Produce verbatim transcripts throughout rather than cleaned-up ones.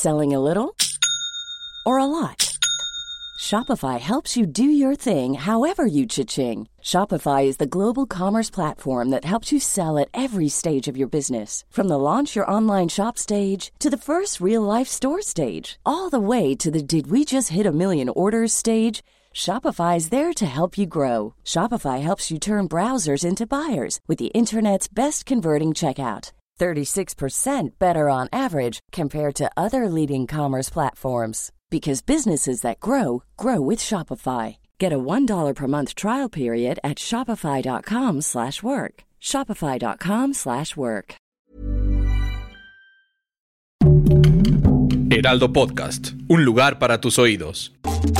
Selling a little or a lot? Shopify helps you do your thing however you cha-ching. Shopify is the global commerce platform that helps you sell at every stage of your business. From the launch your online shop stage to the first real-life store stage, all the way to the did we just hit a million orders stage. Shopify is there to help you grow. Shopify helps you turn browsers into buyers with the internet's best converting checkout. thirty-six percent better on average compared to other leading commerce platforms. Because businesses that grow, grow with Shopify. Get a one dollar per month trial period at shopify.com slash work. Shopify.com slash work. Heraldo Podcast, un lugar para tus oídos.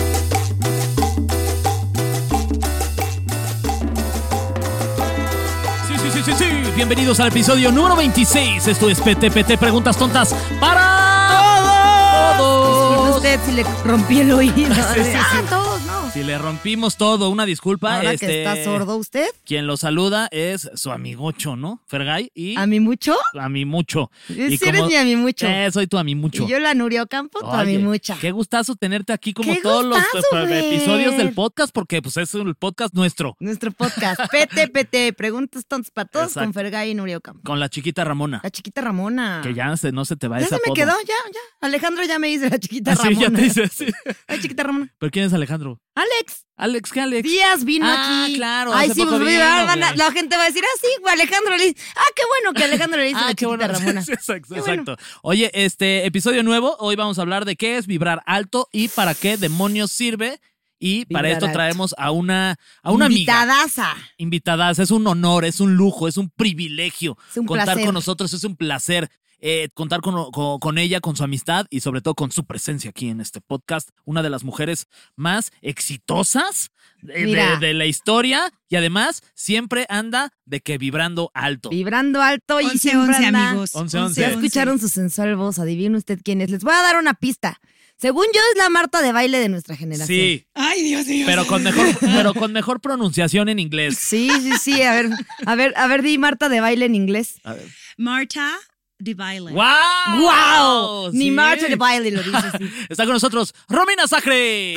Sí, sí, sí, sí, sí. Bienvenidos al episodio número veintiséis. Esto es P T P T, preguntas tontas para todos. Disculpe usted si le rompí el oído. Sí, sí, sí. Ah, todos, no. Si le rompimos todo, una disculpa. Ahora este, que está sordo usted. Quien lo saluda es su amigocho, ¿no? Fergay y... ¿A mí mucho? A mí mucho. Sí, eres mi amimucho. Eh, soy tu amimucho. Y yo la Nuria Ocampo, tu amimucha. Qué gustazo tenerte aquí como Qué todos gustazo, los güey. episodios del podcast, porque pues es el podcast nuestro. Nuestro podcast, P T P T, preguntas tontas para todos. Exacto. Con Fergay y Nuria Ocampo. Con la chiquita Ramona. La chiquita Ramona. Que ya se, no se te va Ya ese se me apodo. quedó, ya, ya. Alejandro ya me dice la chiquita Ah, sí, Ramona. ya te dice así. Ay, chiquita Ramona. ¿Pero quién es Alejandro? Alex. Alex, ¿qué Alex? Díaz vino ah, aquí. claro. Ay, hace sí, poco pues vino, van a- güey. la gente va a decir, ah, sí, Alejandro le dice. Ah, qué bueno que Alejandro le dice Ah, la qué chiquita bueno. Ramona. Sí, exacto, Qué bueno. exacto. Oye, este episodio nuevo, hoy vamos a hablar de qué es vibrar alto y para qué demonios sirve. Y para Vibrar esto alto. traemos a una, a una amiga. Invitadaza. Invitadas. Es un honor, es un lujo, es un privilegio. Es un contar placer. con nosotros, es un placer. Eh, contar con, con, con ella, con su amistad y sobre todo con su presencia aquí en este podcast. Una de las mujeres más exitosas de, Mira. de, de la historia y además siempre anda de que vibrando alto. Vibrando alto y once, siempre once, anda- amigos. once, once. Ya escucharon su sensual voz, adivine usted quién es. Les voy a dar una pista. Según yo es la Marta de baile de nuestra generación. Sí, Ay, Dios mío. pero con mejor, pero con mejor pronunciación en inglés. Sí, sí, sí. A ver, a ver, a ver, di Marta de baile en inglés. A ver. Marta de baile. ¡Wow! ¡Wow! Ni Sí. Marta de baile lo dice así. Está con nosotros Romina Sacre.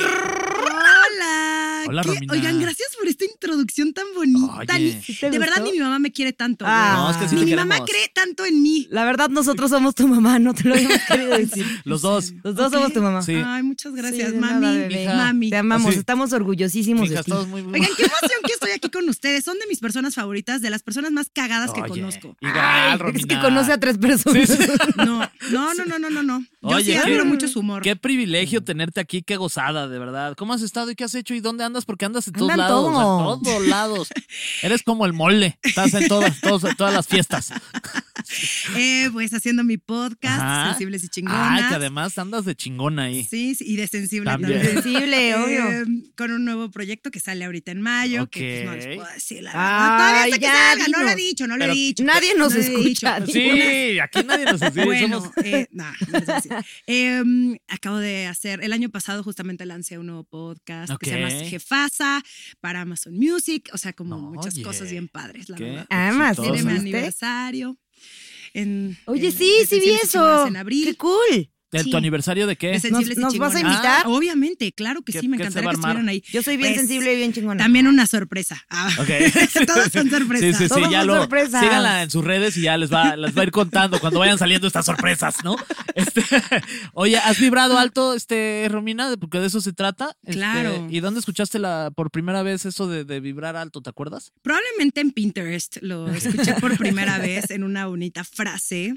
Hola. Hola, ¿Qué? Romina. Oigan, gracias por esta introducción tan bonita. Oye. Ni- ¿Sí te de verdad, gustó? ni mi mamá me quiere tanto. Ah. güey. No, es que sí ni te mi queremos. mamá cree tanto en mí. La verdad, nosotros somos tu mamá, no te lo habíamos querido decir. Los dos. Los dos Ok. somos tu mamá. Sí. Ay, muchas gracias, Sí, de mami. nada, bebé. Mami. Te amamos, Sí. estamos orgullosísimos Fijas, de ti. todos muy muy- Oigan, qué emoción que estoy aquí con ustedes. Son de mis personas favoritas, de las personas más cagadas que Oye, conozco. Igual, Ay, Romina. es que conoce a tres personas. Sí, sí. No, no, no, no, no, no, no. Yo Oye, sí qué- admiro mucho su humor. Qué privilegio tenerte aquí, qué gozada, de verdad. ¿Cómo has estado y qué has hecho y dónde andas? Porque andas en todos Anda en lados, todo. en todos lados. Eres como el mole, estás en todas, todas, todas las fiestas. Eh, pues haciendo mi podcast, Ajá. Sensibles y Chingonas. Ay, que además andas de chingona ahí. Sí, sí, y de sensible También. también. Sensible, obvio. Eh, con un nuevo proyecto que sale ahorita en mayo, que pues, no les Ok. puedo decir la Ay, verdad. Todavía hasta que ya, salga, no dinos. lo he dicho, no lo Pero he dicho. nadie nos No lo he escucha. dicho. Sí, aquí nadie nos escucha. Bueno, somos- eh, nah, no les voy a decir. Eh, acabo de hacer, el año pasado justamente lancé un nuevo podcast que se llama Ok. Jefasa para Amazon Music, o sea, como No, muchas oye. cosas bien padres, la Qué verdad. Además, exitoso. Tiene mi ¿viste? aniversario. En, Oye, en- sí, de sí vi Sensibles y Chingonas eso. En abril. Qué cool. ¿De sí. tu aniversario de qué? De Sensibles ¿Nos- y nos vas a Chingonas. invitar? Ah, obviamente, claro que ¿Qué- sí, me qué se encantaría va a que armar? estuvieran ahí. Yo soy bien Pues, sensible y bien chingona. También una sorpresa. Ah. Ok. Todas son Sí, sorpresas. sí, sí, Todos ya son lo sorpresas. síganla en sus redes y ya les va, les va a ir contando cuando vayan saliendo estas sorpresas, ¿no? Este, oye, ¿has vibrado alto, este, Romina? Porque de eso se trata. Este, Claro. ¿Y dónde escuchaste la, por primera vez eso de, de vibrar alto? ¿Te acuerdas? Probablemente en Pinterest lo escuché por primera vez en una bonita frase.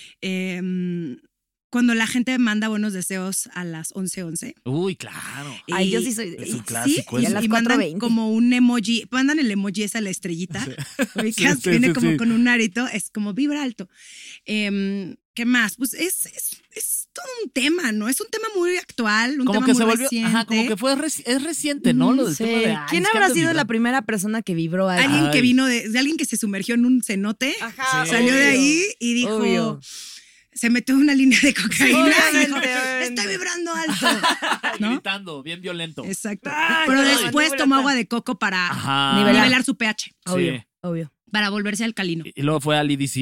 Eh, cuando la gente manda buenos deseos a las once once. Uy, claro. Ay, Y- yo sí soy. Es un Sí, clásico y a eso. las y mandan cuatro veinte. como un emoji, mandan el emoji esa la estrellita, ubicas, Sí, que viene sí, como sí. con un arito, es como vibra alto. Eh, ¿Qué más? Pues es, es, es todo un tema, ¿no? Es un tema muy actual, un Como tema que muy se volvió, reciente. ajá, como que fue reci- es reciente, ¿no? Lo del Sí. tema de, ay, ¿Quién es que habrá andas sido la vibrando. primera persona que vibró alto? Alguien Ay. que vino de, de alguien que se sumergió en un cenote, Ajá, Sí. salió de obvio. ahí y dijo, Obvio. se metió en una línea de cocaína y Obviamente, dijo, obviamente. estoy vibrando alto, ¿no? Gritando, bien violento. Exacto. Ay, Pero no, después no, tomó no. agua de coco para Ajá. Nivelar. nivelar su pH, Sí. Obvio, obvio. para volverse alcalino. Y y luego fue al E D C.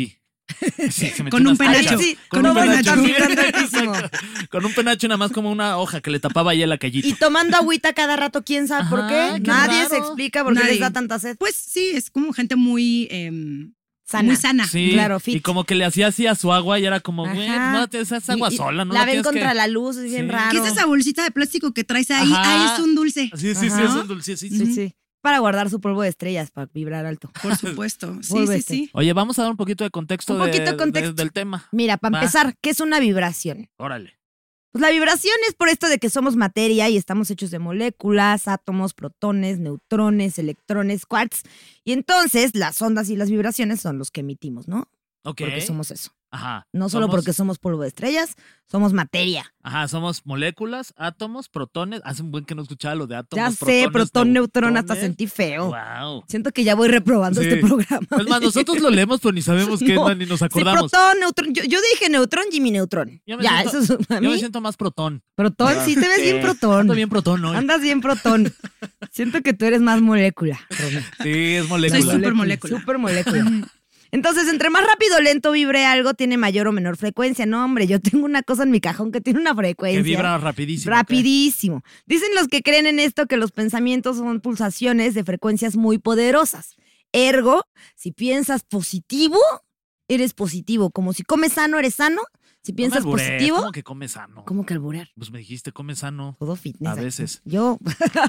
Sí, se metió Con un unas penacho. tachas. Sí, con no, un bueno, penacho. están vibrando altísimo. Con un penacho nada más como una hoja que le tapaba ahí el callito. Y tomando agüita cada rato, ¿quién sabe por Ajá, qué? qué Nadie raro. se explica por qué Nadie. les da tanta sed. Pues sí, es como gente muy, eh, Sana. muy sana. Sí, Claro, fit. y como que le hacía así a su agua y era como, güey, Ajá. no, esa es agua Y- y sola, ¿no? La la ven tienes contra que... la luz, es bien Sí. raro. ¿Qué es esa bolsita de plástico que traes ahí? Ajá. Ah, es un dulce. Sí, sí, sí, Ajá. es un dulcecito. Sí, sí. Para guardar su polvo de estrellas, para vibrar alto. Por supuesto. Sí, Polvo de sí, sí. Oye, vamos a dar un poquito de contexto, Un poquito de de- contexto. de- del tema. Mira, para Va. empezar, ¿qué es una vibración? Órale. Pues la vibración es por esto de que somos materia y estamos hechos de moléculas, átomos, protones, neutrones, electrones, quarks. Y entonces las ondas y las vibraciones son los que emitimos, ¿no? Ok. Porque somos eso. Ajá. No solo Somos- porque somos polvo de estrellas, somos materia. Ajá, somos moléculas, átomos, protones. Hace un buen que no escuchaba lo de átomos, Ya sé, protones, protón, neutrón, hasta neutrones. sentí feo. Wow. Siento que ya voy reprobando Sí. este programa. Es más, nosotros lo leemos, pero ni sabemos qué No. es, ni nos Sí, acordamos. protón, neutrón. Yo, yo dije neutrón, Jimmy Neutrón. Yo me Ya, siento- eso es a Yo mí. me siento más protón. Protón, sí te ves bien protón. Ando bien protón hoy. Andas bien protón. Siento que tú eres más molécula. Romy. Sí, es molécula. Soy súper molécula. Súper molécula. Entonces, entre más rápido o lento vibre algo, tiene mayor o menor frecuencia. No, hombre, yo tengo una cosa en mi cajón que tiene una frecuencia. Que vibra rapidísimo. Rapidísimo. Dicen los que creen en esto que los pensamientos son pulsaciones de frecuencias muy poderosas. Ergo, si piensas positivo, eres positivo. Como si comes sano, eres sano. Si piensas no me alburees, positivo, ¿Cómo que come sano? ¿cómo que alburear? Pues me dijiste come sano. Todo fitness. A aquí. veces. Yo.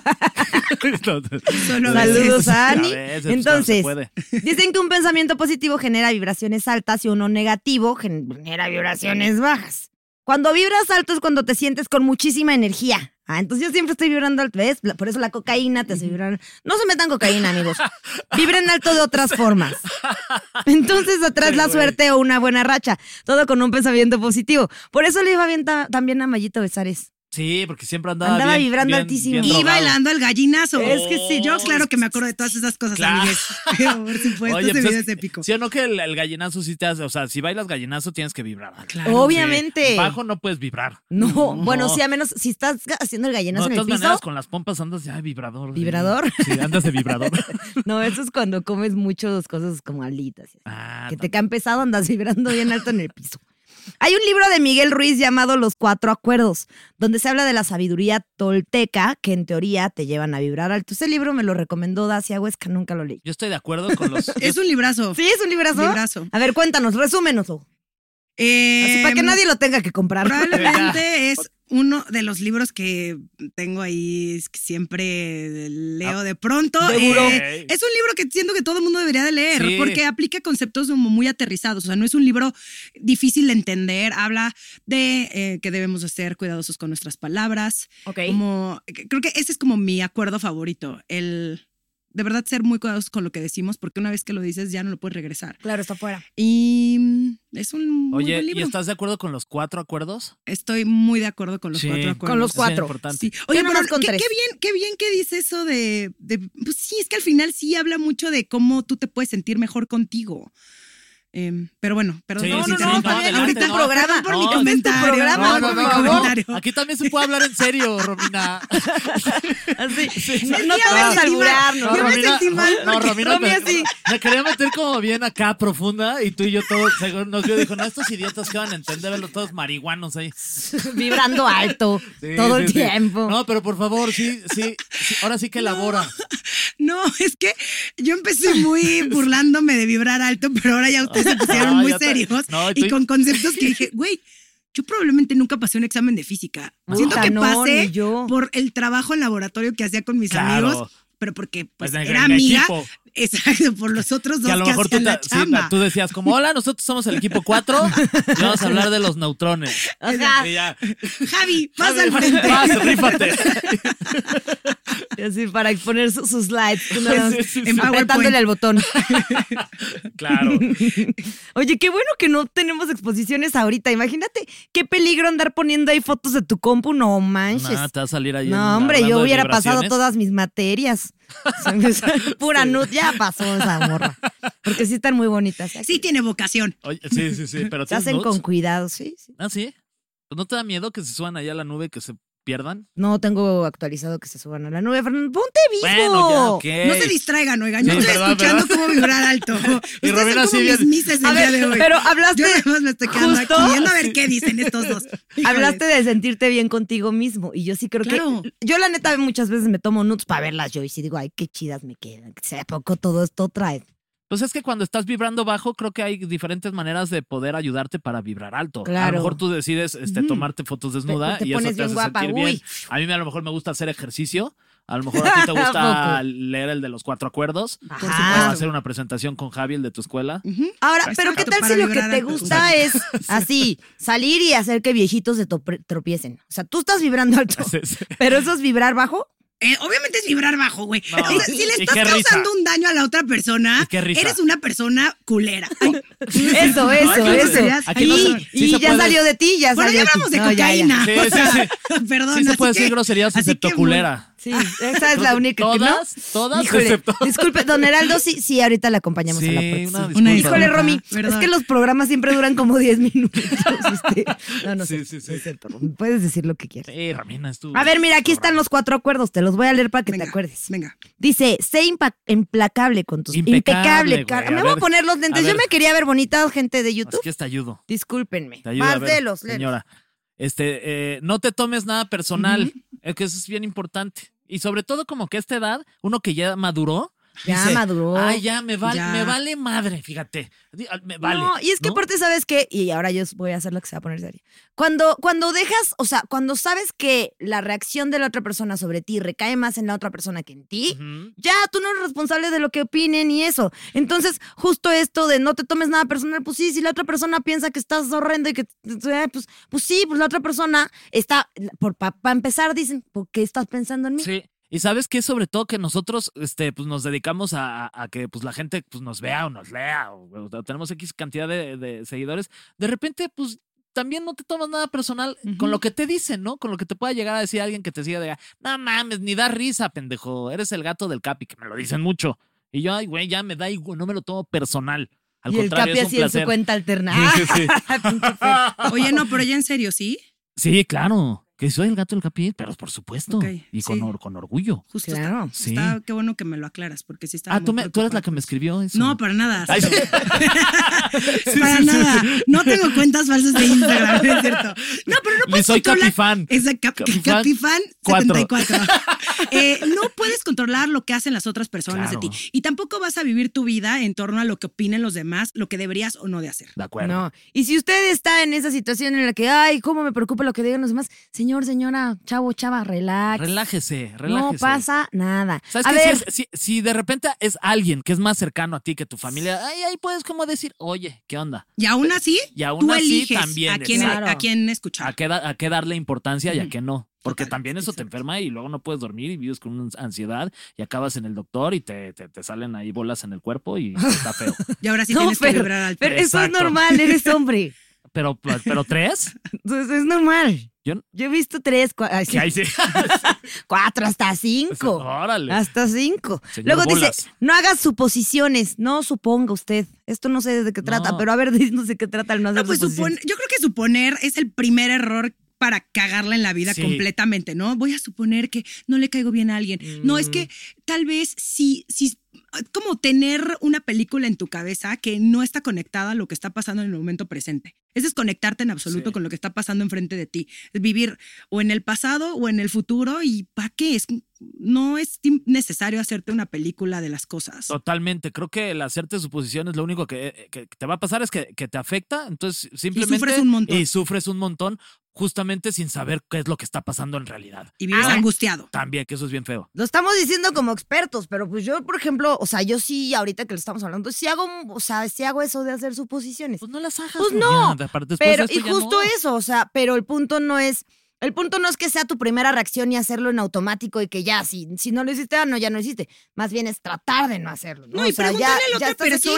Solo a Saludos veces. a Ani. A veces, pues, Entonces, cuando se puede. dicen que un pensamiento positivo genera vibraciones altas y uno negativo genera vibraciones bajas. Cuando vibras alto es cuando te sientes con muchísima energía. Ah, entonces yo siempre estoy vibrando alto, ¿ves? Por eso la cocaína te hace vibrar. No se metan cocaína, amigos. Vibren alto de otras formas. Entonces atrás Sí, la güey. suerte o una buena racha. Todo con un pensamiento positivo. Por eso le iba bien ta- también a Mayito Besares. Sí, porque siempre andaba Andaba bien- vibrando bien- altísimo. bien Y drogado. bailando el gallinazo. Es que sí, Yo Oh, claro es que me acuerdo de todas esas cosas, Claro. amigues. Pero por supuesto, Oye, ese pues video es- es épico. ¿Sí o no que el, el gallinazo sí te hace? O sea, si bailas gallinazo tienes que vibrar. Claro. Obviamente. Sí. Bajo no puedes vibrar. No, No. bueno, sí, a menos si estás haciendo el No, gallinazo de en el todas piso. maneras, con las pompas andas ya vibrador. güey. ¿Vibrador? Sí, andas de vibrador. No, eso es cuando comes muchas cosas como alitas. y así. Ah, Que te caen pesado, andas vibrando bien alto en el piso. Hay un libro de Miguel Ruiz llamado Los Cuatro Acuerdos, donde se habla de la sabiduría tolteca que en teoría te llevan a vibrar alto. Ese libro me lo recomendó Dacia Huesca, nunca lo leí. yo estoy de acuerdo con los... Es un librazo. ¿Sí? ¿Es un librazo? Librazo. A ver, cuéntanos, resúmenoslo. Eh, Así para que nadie lo tenga que comprar. Probablemente es uno de los libros que tengo ahí, que siempre leo de pronto. Seguro. Eh, es un libro que siento que todo el mundo debería de leer, Sí. porque aplica conceptos como muy aterrizados. O sea, no es un libro difícil de entender. Habla de eh, que debemos de ser cuidadosos con nuestras palabras. Ok. Como, creo que ese es como mi acuerdo favorito. El de verdad ser muy cuidadosos con lo que decimos, porque una vez que lo dices ya no lo puedes regresar. Claro, está fuera. Y mm, es un muy Oye, buen ¿y libro. estás de acuerdo con los cuatro acuerdos? Estoy muy de acuerdo con los Sí. cuatro acuerdos. Con los Eso es cuatro. importante. Sí. Oye, Yo nomás pero con qué, tres. qué bien, qué bien que dice eso de, de- pues sí, es que al final sí habla mucho de cómo tú te puedes sentir mejor contigo. Em, pero bueno, perdón. Sí, por sí, los sí, interrumpo. no, adelante, Ahorita no. programa por No, mi este es tu comentario. programa, por por mi favor. comentario. Aquí también se puede hablar en serio, Romina. Así. No, Es no que te ya me vayas a sentí mal. alburearnos. Yo me sentí mal No, porque Romina, Romy me, así. me quería meter como bien acá profunda y tú y yo todos, según nos vio, dijo, no, estos idiotas que van a entender, verlos todos marihuanos ahí. Vibrando alto Sí, todo sí, el sí. tiempo. No, pero por favor, sí, sí, sí, ahora sí que elabora. No, es que yo empecé muy burlándome de vibrar alto, pero ahora ya ustedes se pusieron No, muy ya te- serios no, y estoy- con conceptos que dije, güey, yo probablemente nunca pasé un examen de física. Siento Puta, que no, pasé ni yo. por el trabajo en laboratorio que hacía con mis Claro. amigos, pero porque pues, Pues en- era en amiga. equipo. Exacto, por los otros dos Que a lo que mejor tú, hacían la te- sí, chamba. tú decías como, hola, nosotros somos el equipo cuatro y vamos a hablar de los neutrones. Ajá. Y ya, Javi, pasa al Javi, frente. vas, rífate. Así para exponer su- sus slides. tú nada más Sí, sí, sí. En apretándole PowerPoint. al botón. Claro. Oye, qué bueno que no tenemos exposiciones ahorita. Imagínate qué peligro andar poniendo ahí fotos de tu compu. No manches. Nada, te va a salir ahí. en- No, hombre, hablando yo de hubiera pasado vibraciones. todas mis materias. Pura nud, ya pasó esa morra. Porque sí están muy bonitas. Sí tiene vocación. Oye, sí, sí, sí, pero Se ¿tienes hacen nudes? con cuidado, sí, sí. Ah, sí. Pues no te da miedo que se suban allá a la nube y que se pierdan. No tengo actualizado que se suban a la nube. Fernando, ponte vivo. Bueno, ya, ok. No se distraigan, oigan. Yo Sí, estoy perdón, escuchando perdón. cómo vibrar alto. Y Ustedes Romina son así como bien- mis mises A del ver, día de hoy. pero hablaste Yo además me estoy quedando justo- aquí viendo a ver qué dicen estos dos. Hablaste de sentirte bien contigo mismo y yo sí creo Claro. que yo la neta muchas veces me tomo nudes para verlas yo y sí digo, ay, qué chidas me quedan, que sea poco todo esto trae. Pues es que cuando estás vibrando bajo, creo que hay diferentes maneras de poder ayudarte para vibrar alto. A Claro. lo mejor tú decides este, tomarte fotos desnuda Te- te y eso pones te hace bien guapa, sentir bien. uy. A mí a lo mejor me gusta hacer ejercicio. A lo mejor a ti te gusta ¿A poco? leer el de los cuatro acuerdos. Ajá. O supuesto. hacer una presentación con Javi, el de tu escuela. Ujú. Ahora, Exacto, pero ¿qué tal para si lo que vibrar te alto. gusta es así, salir y hacer que viejitos se topre- tropiecen? O sea, tú estás vibrando alto, Sí, sí. pero eso es vibrar bajo. Eh, obviamente es vibrar bajo, güey. No. O sea, si le Y estás qué risa. causando un daño a la otra persona, Y qué risa. eres una persona culera. Ay, Eso, eso, Ay, qué eso. groserías. Aquí no y se- sí y se ya puede- salió de ti, ya Bueno, salió ya de ti. hablamos de No, ya, ya. cocaína. Sí, o sí, sea, sí. Perdón. Sí se así puede que- decir groserías así excepto que, culera. Sí, esa es la única que no. Todas, todas, Híjole, excepto. disculpe, don Heraldo, sí, sí, ahorita le acompañamos Sí, a la una próxima. disculpa. Híjole, Romy, ¿verdad? es que los programas siempre duran como diez minutos. Este, no, no Sí, sé, sí, sí. no es cierto, Romy, puedes decir lo que quieras. Sí, Ramina, es tu... A ver, mira, aquí están los cuatro acuerdos, te los voy a leer para que Venga, te acuerdes. Venga. Dice, sé impa- implacable con tus... Impecable, Impecable, cara. güey, a Me voy a ver, poner los lentes. a Yo ver. me quería ver bonita, gente de Así YouTube. que te ayudo. Discúlpenme. Te ayudo. a Más ver, de los lentes. señora. Este, eh, no te tomes nada personal. Es que eso es bien importante. Y sobre todo como que a esta edad, uno que ya maduró. Ya dice, maduró. Ay, ya me vale, Ya. me vale madre, fíjate. Di- Me vale. No, y es que ¿no? aparte, ¿sabes qué? Y ahora yo voy a hacer lo que se va a poner serio. Cuando, cuando dejas, o sea, cuando sabes que la reacción de la otra persona sobre ti recae más en la otra persona que en ti, Ujú. ya tú no eres responsable de lo que opinen y eso. Entonces, justo esto de no te tomes nada personal, pues sí, si la otra persona piensa que estás horrendo y que, eh, pues, pues sí, pues la otra persona está, por para empezar, dicen, ¿por qué estás pensando en mí? Sí. Y sabes que sobre todo que nosotros este, pues nos dedicamos a, a- a que pues, la gente pues, nos vea o nos lea o, o tenemos X cantidad de, de seguidores. De repente, pues también no te tomas nada personal con lo que te dicen, ¿no? Con lo que te pueda llegar a decir alguien que te siga de, no mames, ni da risa, pendejo. Eres el gato del Capi, que me lo dicen mucho. Y yo, ay, güey, ya me da igual, no me lo tomo personal. Al y el contrario, Capi es un así en su placer. cuenta alterna. Sí, sí, sí. Pinche Fer. Oye, no, pero ya en serio, ¿sí? Sí, claro. Que soy el gato del Capi, pero por supuesto. Ok, y con, sí. or- con orgullo. Justo Claro. está, Sí. está- qué bueno que me lo aclaras, porque sí está. Ah, ¿tú, me- tú eres la que me escribió eso. No, para nada. Ay, sí. para nada. No tengo cuentas falsas de Instagram, ¿no es cierto? No, pero no Ni puedes soy controlar. Capifan. Exacto, Cap- Capifan Capifan cuatro. setenta y cuatro. Eh, no puedes controlar lo que hacen las otras personas Claro. de ti. Y tampoco vas a vivir tu vida en torno a lo que opinen los demás, lo que deberías o no de hacer. De acuerdo. No. Y si usted está en esa situación en la que, ay, cómo me preocupa lo que digan los demás, señor, señora, chavo, chava, relax. Relájese, relájese. No pasa nada. ¿Sabes a qué? ver, Si, es- si, si de repente es alguien que es más cercano a ti que tu familia, ahí, ahí puedes como decir, oye, ¿qué onda? Y aún así, Y aún tú así eliges también, a quién, exacto. a quién escuchar. ¿A qué, da- a qué darle importancia y a Ujú. qué no? Porque Total, también eso te exacto. enferma y luego no puedes dormir y vives con una ansiedad y acabas en el doctor y te, te, te salen ahí bolas en el cuerpo y está feo. Y ahora sí no, tienes que pero, vibrar alto. pero eso es Exacto. normal, eres hombre. Pero, pero tres, Entonces es normal. Yo- Yo he visto tres, cua- ay, sí, que ahí sí. cuatro, hasta cinco. Órale. Hasta cinco. Señor Luego Bolas. dice, no hagas suposiciones, no suponga usted. Esto no sé de qué trata, No. pero a ver, no sé qué trata el no hacer No, pues suposiciones. supone- yo creo que suponer es el primer error para cagarla en la vida Sí. completamente, ¿no? Voy a suponer que no le caigo bien a alguien. No, es que tal vez si, si, como tener una película en tu cabeza que no está conectada a lo que está pasando en el momento presente. Es desconectarte en absoluto Sí. con lo que está pasando enfrente de ti. Es vivir o en el pasado o en el futuro y ¿para qué? Es, no es necesario hacerte una película de las cosas. Totalmente. Creo que el hacerte suposiciones lo único que, que te va a pasar es que, que te afecta. Entonces, simplemente. sufres un montón. Y sufres un montón, justamente sin saber qué es lo que está pasando en realidad. Y vives Ah. angustiado. También, que eso es bien feo. Lo estamos diciendo como expertos, pero pues yo, por ejemplo, o sea, yo sí, ahorita que lo estamos hablando, sí hago, o sea, sí hago eso de hacer suposiciones. Pues no las hagas. Pues güey. no, Ya, aparte, después Pero, de y esto ya justo no. eso, o sea, pero el punto no es, el punto no es que sea tu primera reacción y hacerlo en automático y que ya, si, si no lo hiciste, ah, no, ya no lo hiciste. Más bien es tratar de no hacerlo. No, No, y O sea, ya- preguntarle a la ya otra estás aquí. persona,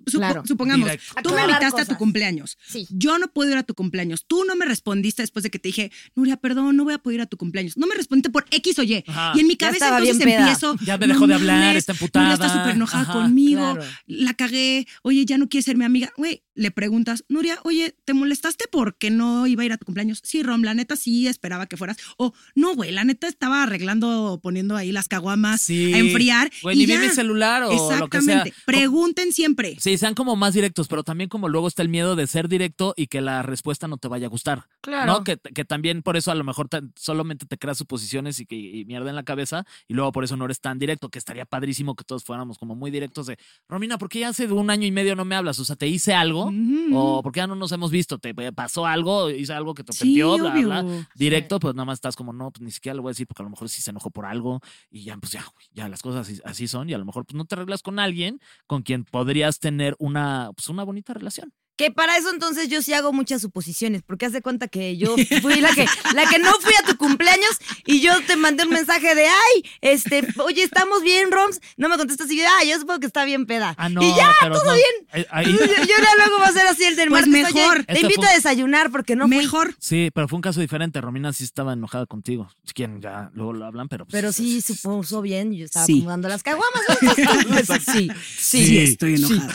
supo- Claro. supongamos, Directo. tú me Aclarar invitaste a tu cosas. cumpleaños. Sí. Yo no puedo ir a tu cumpleaños. Tú no me respondiste después de que te dije, Nuria, perdón, no voy a poder ir a tu cumpleaños. No me respondiste por X o Y. Ajá. Y en mi Ya cabeza estaba entonces bien peda. empiezo. Ya me no dejó de hablar, mames, está emputada. Nuria está súper enojada Ajá, conmigo. claro. La cagué. Oye, ya no quieres ser mi amiga. Güey, le preguntas, Nuria, oye, ¿te molestaste porque no iba a ir a tu cumpleaños? Sí, Rom, la neta sí esperaba que fueras. O no, güey, la neta estaba arreglando, poniendo ahí las caguamas Sí. a enfriar. Güey, y ni vi ya. mi celular o lo que sea. Exactamente. Pregunten siempre. Sí, sean como más directos, pero también como luego está el miedo de ser directo y que la respuesta no te vaya a gustar. Claro. ¿No? Que, que también por eso a lo mejor te- solamente te creas suposiciones y, que, y mierda en la cabeza y luego por eso no eres tan directo, que estaría padrísimo que todos fuéramos como muy directos de, Romina, ¿por qué ya hace un año y medio no me hablas? O sea, ¿te hice algo? Ujú. ¿O por qué ya no nos hemos visto? ¿Te pasó algo? ¿Hice algo que te Sí, ofendió? Bla, obvio. bla. Directo, pues nada más estás como, no, pues ni siquiera le voy a decir porque a lo mejor sí se enojó por algo y ya, pues ya, güey, ya las cosas así, así son y a lo mejor pues no te arreglas con alguien con quien podrías tener una, pues, una bonita relación. Que para eso entonces yo sí hago muchas suposiciones, porque haz de cuenta que yo fui la que, la que no fui a tu cumpleaños y yo te mandé un mensaje de, ay, este, oye, ¿estamos bien, Roms? No me contestas y yo, ah, yo supongo que está bien peda. Ah, no, y ya, pero todo no. bien. Eh, ahí- Entonces, yo, yo ya luego va a ser así el del Pues martes, mejor. oye, te Esto invito fue- a desayunar porque no fui. Mejor. Sí, pero fue un caso diferente. Romina sí estaba enojada contigo. Si quieren, ya luego lo hablan, pero... Pues, Pero sí supuso bien, yo estaba Sí. acomodando las caguamas. Entonces, pues, sí, sí. Sí, estoy enojada.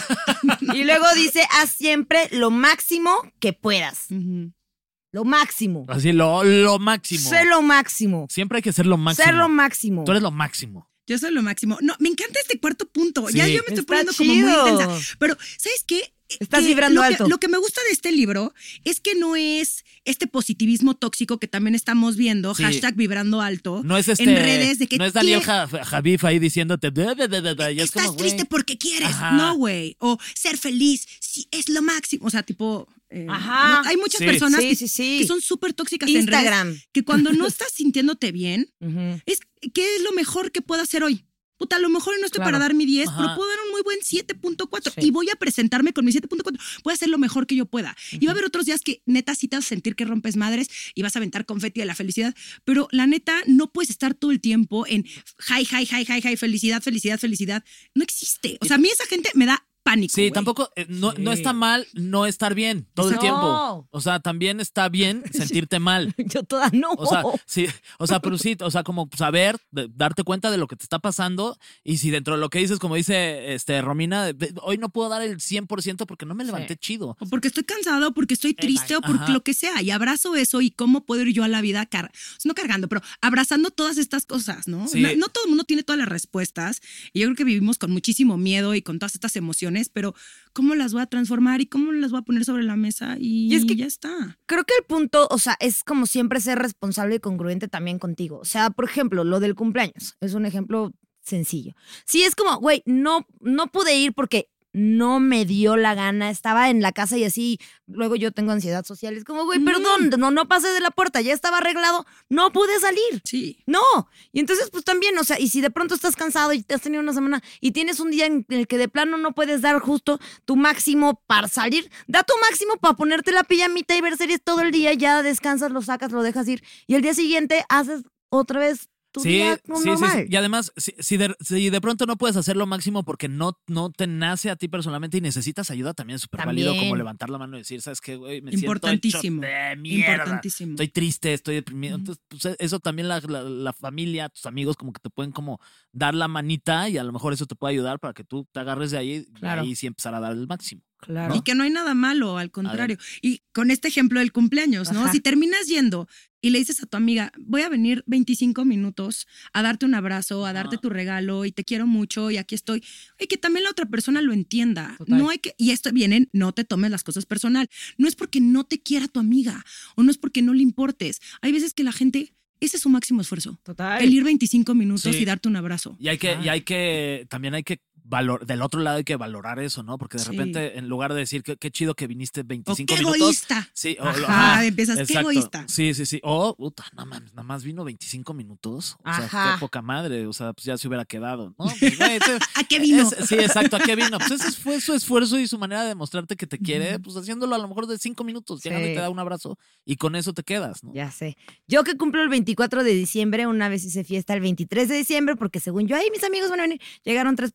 Y luego dice, haz siempre lo máximo que puedas. Ujú. Lo máximo. Así, lo, lo máximo. Sé lo máximo. Siempre hay que ser lo máximo. Ser lo máximo. Tú eres lo máximo. Yo soy lo máximo. No, me encanta este cuarto punto. Ya Sí. yo me estoy Está poniendo como muy chido. intensa. Pero, ¿sabes qué? Estás Que vibrando lo que- alto. Lo que me gusta de este libro es que no es este positivismo tóxico que también estamos viendo, Sí. hashtag vibrando alto, No es este... en redes de que no es Daniel ¿qué? Ja- Javif ahí diciéndote... "Da, da, da, da, da", y es Estás como, güey, triste porque quieres. Ajá. No, güey. O ser feliz, sí, es lo máximo. O sea, tipo... eh, Ajá. no, hay muchas Sí. personas Sí, que, sí, sí. que son súper tóxicas en redes. Instagram. Que cuando no estás sintiéndote bien, Ujú. es ¿qué es lo mejor que puedo hacer hoy? Puta, a lo mejor no estoy Claro. para dar mi diez, Ajá. pero puedo dar un muy buen siete punto cuatro Sí. y voy a presentarme con mi siete punto cuatro. Voy a hacer lo mejor que yo pueda. Y va a haber otros días que neta sí te vas a sentir que rompes madres y vas a aventar confeti de la felicidad, pero la neta no puedes estar todo el tiempo en high, high, high, high, high, felicidad, felicidad, felicidad. No existe. O sea, a mí esa gente me da pánico. Sí, güey. tampoco, eh, no, no está mal no estar bien todo el No. tiempo. O sea, también está bien sentirte mal. Yo toda no. O sea, sí, o sea, pero sí, o sea, como saber, de- darte cuenta de lo que te está pasando y si dentro de lo que dices, como dice este Romina, de- de- hoy no puedo dar el cien por ciento porque no me levanté chido. O porque estoy cansado, o porque estoy triste, o porque Ajá. lo que sea. Y abrazo eso y cómo puedo ir yo a la vida, car o sea, no cargando, pero abrazando todas estas cosas, ¿no? Sí. No, no todo el mundo tiene todas las respuestas. Y yo creo que vivimos con muchísimo miedo y con todas estas emociones, pero ¿cómo las voy a transformar y cómo las voy a poner sobre la mesa? Y, Y es que- ya está. Creo que el punto, o sea, es como siempre ser responsable y congruente también contigo. O sea, por ejemplo, lo del cumpleaños es un ejemplo sencillo. Sí, es como, güey, no, no pude ir porque no me dio la gana, estaba en la casa y así, luego yo tengo ansiedad social, es como, güey, Mm. perdón, no, no pasé de la puerta, ya estaba arreglado, no pude salir. Sí. No, y entonces pues también, o sea, y si de pronto estás cansado y te has tenido una semana y tienes un día en el que de plano no puedes dar justo tu máximo para salir, da tu máximo para ponerte la pijamita y ver series todo el día, ya descansas, lo sacas, lo dejas ir y el día siguiente haces otra vez tu Sí, día sí, sí, normal. sí. Y además, si, si, de, si de pronto no puedes hacer lo máximo porque no, no te nace a ti personalmente y necesitas ayuda, también es súper válido También. como levantar la mano y decir, ¿sabes qué, güey? Me siento Importantísimo. hecho de mierda. Importantísimo. Estoy triste, estoy deprimido. Entonces, pues, eso también la, la, la familia, tus amigos, como que te pueden como dar la manita y a lo mejor eso te puede ayudar para que tú te agarres de ahí Claro. y ahí sí empezar a dar el máximo. Claro. Y que no hay nada malo, al contrario. Y con este ejemplo del cumpleaños, ¿no? Ajá. Si terminas yendo y le dices a tu amiga, voy a venir veinticinco minutos a darte un abrazo, a darte Ajá. tu regalo y te quiero mucho y aquí estoy. Y que también la otra persona lo entienda. Total. No hay que, y esto viene, no te tomes las cosas personal. No es porque no te quiera tu amiga o no es porque no le importes. Hay veces que la gente, ese es su máximo esfuerzo. Total. El ir veinticinco minutos Sí. y darte un abrazo. Y hay que, y hay que, también hay que valor, del otro lado hay que valorar eso, ¿no? Porque de Sí. repente, en lugar de decir que qué chido que viniste O veinticinco qué minutos. egoísta. Sí, o, Ajá, ajá, empiezas, qué exacto. egoísta. Sí, sí, sí. O, puta, no mames, nada más vino veinticinco minutos. O sea, Ajá. qué poca madre. O sea, pues ya se hubiera quedado, ¿no? Pues, güey, ese- ¿A qué vino? es- sí, exacto, ¿a qué vino? Pues ese fue su esfuerzo y su manera de demostrarte que te quiere, pues haciéndolo a lo mejor de cinco minutos, Sí. llegando y te da un abrazo y con eso te quedas, ¿no? Ya sé. Yo que cumplo el veinticuatro de diciembre, una vez hice fiesta el veintitrés de diciembre, porque según yo, ahí mis amigos van a venir. Llegaron tres personas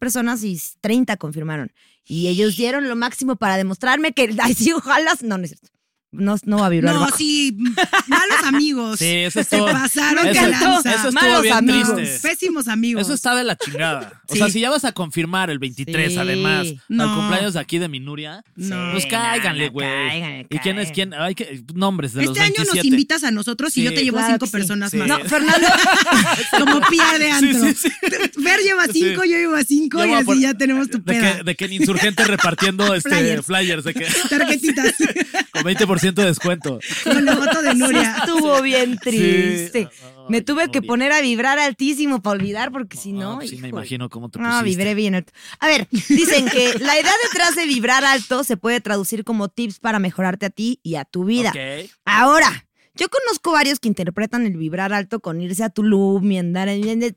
casi treinta confirmaron. Y ellos dieron lo máximo para demostrarme que, ay, sí, ojalá, no, no es cierto. No, no va a vibrar No, bajo. sí, malos amigos. Sí, eso Se estuvo- pasaron de eso- lanza. eso estuvo Malos bien amigos. triste. Pésimos amigos. Eso está de la chingada. O Sí. sea, si ya vas a confirmar el veintitrés, Sí. además, No. al cumpleaños de aquí de mi Nuria, No. pues cáiganle, no, güey. cáiganle, ¿Y quién es quién? Hay que, nombres de los Este año veintisiete. nos invitas a nosotros y Sí. yo te llevo a Claro cinco que sí. personas Sí. más. No, Fernando, Como pía de antro. Sí, sí, Fer lleva cinco, Sí. yo llevo a cinco Yo y voy a así por- ya tenemos tu de peda. que, de que en Insurgente repartiendo este, flyers. Flyers. de que Tarjetitas con veinte por ciento de descuento. con la foto de sí Nuria. estuvo bien triste. Sí. Me Ay, tuve que Nuria. poner a vibrar altísimo para olvidar, porque si no. Ah, pues sí, me híjole. imagino cómo te No, pusiste. vibré bien alto. A ver, dicen que la idea detrás de vibrar alto se puede traducir como tips para mejorarte a ti y a tu vida. Ok. Ahora, yo conozco varios que interpretan el vibrar alto con irse a Tulum y andar en en el,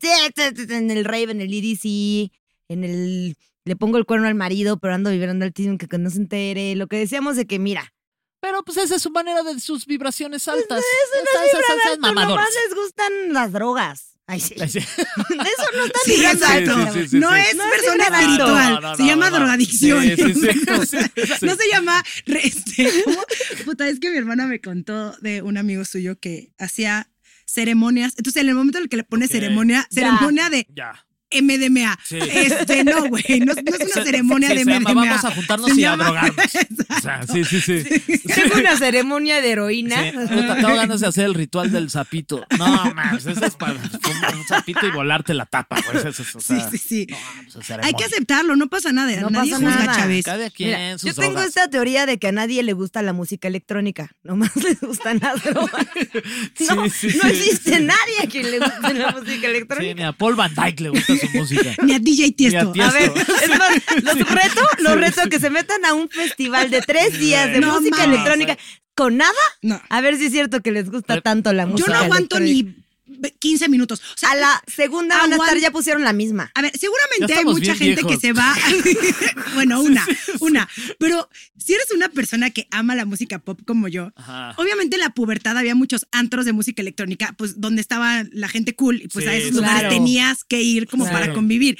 en el rave, en el E D C, en el le pongo el cuerno al marido, pero ando vibrando altísimo que no se entere. Lo que decíamos de que, mira, Pero pues esa es su manera de sus vibraciones altas. eso no Esas- es esas- vibrar esas alto, mamadores. nomás les gustan las drogas. Ay, sí. Ay, sí. Eso no está Sí, vibrando exacto. alto. sí, sí, sí, no sí. es No es persona vibrar alto. espiritual. No, no, se no, llama no, no. drogadicción. Sí, sí, sí, sí, sí. No se llama. re- Este, ¿cómo? Puta, es que mi hermana me contó de un amigo suyo que hacía ceremonias. Entonces, en el momento en el que le pone Ok. ceremonia, Ya. ceremonia de Ya. M D M A. Sí. Este, no, güey. No, no es una Se- ceremonia sí, de se M D M A. llama, vamos a juntarnos Se y a llama- drogarnos. O sea, sí, sí, sí. Tengo una ceremonia de heroína. Sí, puta, tengo ganas de hacer el ritual del sapito. No, mames, eso es para fumar un sapito y volarte la tapa, güey. Eso es, o Sí, sea, sí, sí. no, pues, es Hay que ceremonia. aceptarlo, no pasa nada. No Nadie pasa juzga, nada. Chávez. Cada quien Mira, sus yo tengo drogas. esta teoría de que a nadie le gusta la música electrónica, nomás les gustan las drogas. No, Sí, sí, no sí. existe nadie a quien le guste la música Sí, electrónica. ni a Paul Van Dyke le gusta su música. Ni a D J Tiesto. Ni a A ver, Tiesto. es más, los reto, los reto a que se metan a un festival de tres días de No música mames. electrónica con nada, No. a ver si es cierto que les gusta Pero- tanto la Yo música no aguanto electrónica. ni quince minutos. O sea, A la segunda van a estar, aguant- ya pusieron la misma. A ver, Ya seguramente hay estamos mucha bien gente viejos. que se va. Bueno, una, una. Pero si eres una persona que ama la música pop como yo, Ajá. obviamente en la pubertad había muchos antros de música electrónica, pues donde estaba la gente cool, y pues Sí, a esos claro. lugares tenías que ir como Claro. para convivir.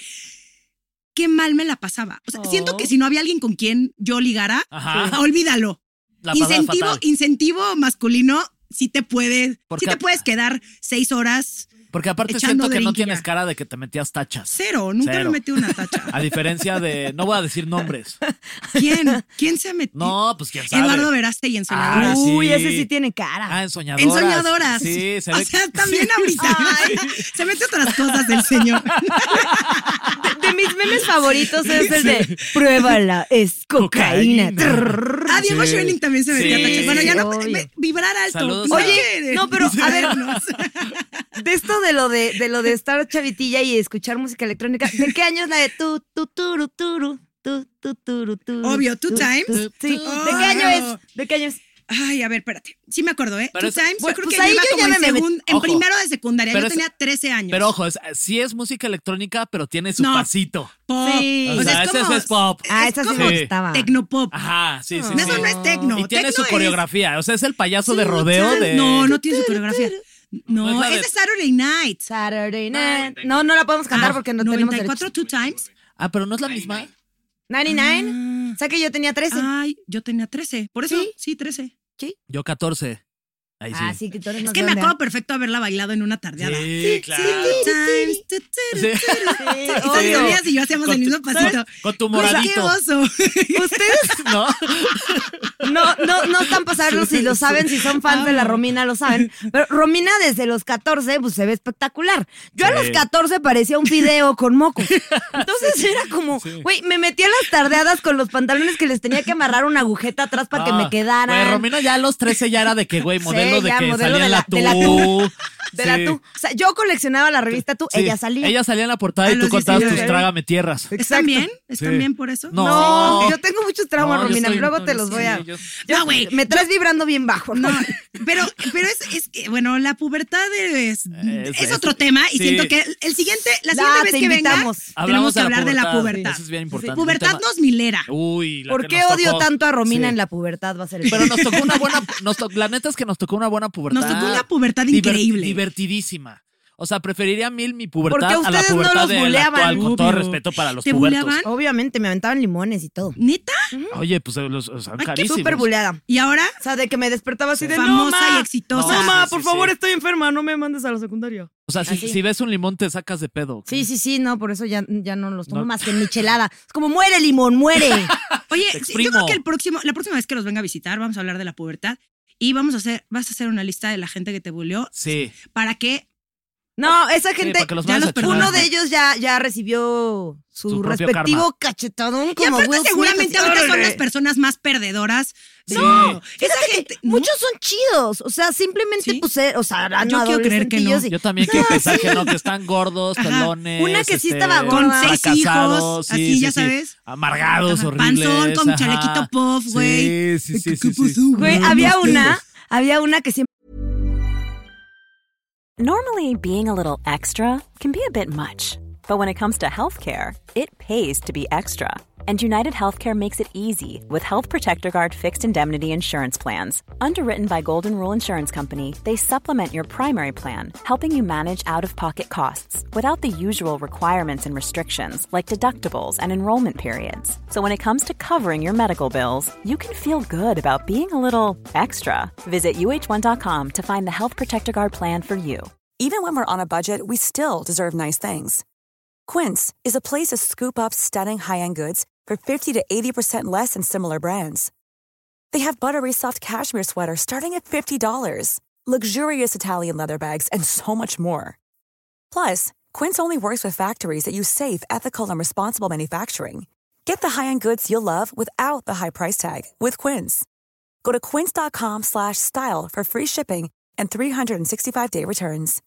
Qué mal me la pasaba. O sea, Oh. siento que si no había alguien con quien yo ligara, Ajá. olvídalo. La pasaba Incentivo, fatal. incentivo masculino, sí te puedes, Porque- sí te puedes quedar seis horas. Porque aparte echando siento que no drink y tienes ya. cara de que te metías tachas. Cero, nunca Cero. me metí una tacha. A diferencia de. No voy a decir nombres. ¿Quién? ¿Quién se metió? No, pues quién sabe. Eduardo Veraste y Ensoñadora. Ay, sí. Uy, ese sí tiene cara. Ah, ensoñadoras. Ensoñadoras. Sí, se o ve. sea, también sí. ahorita. Ay. Se mete otras cosas del señor. De, de mis memes favoritos es el de pruébala, es cocaína. Cocaína. Trrr. Ah, Diego Sí. Schwenning también se metía Sí. tachas. Bueno, ya no. Obvio. me- vibrar alto. Saludos pues, a- hay Oye, que no, pero, a ver, distraernos. De esto de lo de, de lo de estar chavitilla y escuchar música electrónica, ¿de qué año es la de tu tu turu turu? Tu, tu, turu, turu, Obvio, Two tu, Times. tu? Sí. ¿De qué Obvio. año es? ¿De qué año es? Ay, a ver, espérate. Sí me acuerdo, ¿eh? Pero Two es- Times, bueno, yo creo pues que ahí yo iba yo como ya en, me metí- segun- en Ojo. primero de secundaria. Pero Yo es- tenía trece años. Pero ojo, es, sí es música electrónica, pero tiene su No. pasito. Pop. Sí. O, O sea, sea, es ese como- es pop. Ah, esa sí como me gustaba. Tecnopop. Ajá, sí, sí, No, sí. eso no es tecno. Y tiene Tecno su es- coreografía. O sea, es el payaso de rodeo de. No, no tiene su coreografía. No, No es la es de- de Saturday Night. Saturday night. No, no la podemos cantar Ah, porque no tenemos noventa y cuatro derechos. Two Times. Ah, pero no es la misma. noventa y nueve. Ah. O sea que yo tenía trece. Ay, yo tenía trece. Por eso, ¿Sí? sí, trece. Yo catorce. Ahí sí. Ah, sí, que tú eres Es más que me grande. acuerdo perfecto haberla bailado en una tardeada. Sí, claro. Two times, tu, tu, tu, Sí. tu. Y obvio. salías Elías y yo hacíamos Con el tu- mismo pasito. Con tu Pues, ¡Qué moradito. oso! Ustedes ¿No? no, no, no están pasando si lo saben, si son fans de la Romina lo saben. Pero Romina desde los catorce, pues se ve espectacular. Yo a Sí. los catorce parecía un video con moco. Entonces era como, güey, me metí a las tardeadas con los pantalones que les tenía que amarrar una agujeta atrás para que Ah, me quedaran. Güey, Romina ya a los trece ya era de que, güey, modelo Sí, de ya, que modelo salía de en la- la, de la Tú. De la Sí. tú. O sea, yo coleccionaba la revista Tú, Sí. ella salía. Ella salía en la portada A y tú los contabas tus diecinueve. trágame tierras. ¿Están Exacto. bien? ¿Están Sí. bien por eso? No. No, yo tengo muchos traumas, No, yo Romina. estoy- Luego te los voy a. Sí, yo- No, güey. Me traes vibrando bien bajo. No, pero, pero es, es que, bueno, la pubertad es, Es- es es- otro tema y sí. siento que el siguiente, la Da, siguiente vez te que venga, invitamos. tenemos Hablamos que de hablar de la pubertad. pubertad. Eso es bien importante. Pubertad Un tema- nos milera. Uy, la ¿Por que qué nos odio tocó. tanto a Romina Sí. en la pubertad? Va a ser el Pero nos tocó una buena. Nos to- la neta es que nos tocó una buena pubertad. Nos tocó una pubertad Diver- increíble. Divertidísima. O sea, preferiría mil mi pubertad Porque a la ustedes no pubertad los del buleaban. actual, con todo Obvio. respeto para los ¿Te pubertos. buleaban? Obviamente, me aventaban limones y todo. ¿Neta? Oye, pues los, o sea, Ay, qué carísimos. Súper buleada. ¿Y ahora? O sea, de que me despertaba así de Famosa no, ma, y exitosa. No, ma, Sí, por sí, favor, sí. estoy enferma, no me mandes a la secundaria. O sea, si, Así. si ves un limón te sacas de pedo. Sí, sí, sí, no, por eso ya, ya no los tomo No. más que en michelada. Es como, muere, limón, muere. Oye, Te sí, yo exprimo. creo que el próximo, la próxima vez que nos venga a visitar, vamos a hablar de la pubertad y vamos a hacer, vas a hacer una lista de la gente que te buleó Sí. para que No, esa Sí, gente, para que los ya vayas los a chingar. perdonas. uno de ellos ya, ya recibió su, Su propio respectivo karma. cachetadón y como aparte Will Smith, seguramente así, ahorita son órale. las personas más perdedoras. Sí. No, esa Fíjate gente, que muchos son chidos, o sea, simplemente ¿Sí? pues, eh, o sea, eran Yo quiero creer que no. adolescentillos y- Yo también quiero pensar que no, que están gordos, Ajá. pelones. Una que sí este, estaba con gorda. seis fracasados, hijos, sí, así sí, ya sí. sabes. Amargados, Ajá, horribles. panzón con ajá. chalequito puff, güey. Sí, sí, sí, ¿Qué- sí, qué sí. pasó, Güey, No, había no, una, había una que siempre Normally, being a little extra can be a bit much, but when it comes to healthcare, it pays to be extra. And United Healthcare makes it easy with Health Protector Guard fixed indemnity insurance plans. Underwritten by Golden Rule Insurance Company, they supplement your primary plan, helping you manage out-of-pocket costs without the usual requirements and restrictions like deductibles and enrollment periods. So when it comes to covering your medical bills, you can feel good about being a little extra. Visit U H one dot com to find the Health Protector Guard plan for you. Even when we're on a budget, we still deserve nice things. Quince is a place to scoop up stunning high-end goods for fifty to eighty percent less than similar brands. They have buttery soft cashmere sweaters starting at fifty dollars, luxurious Italian leather bags, and so much more. Plus, Quince only works with factories that use safe, ethical, and responsible manufacturing. Get the high-end goods you'll love without the high price tag with Quince. Go to quince.com slash style for free shipping and three sixty-five day returns.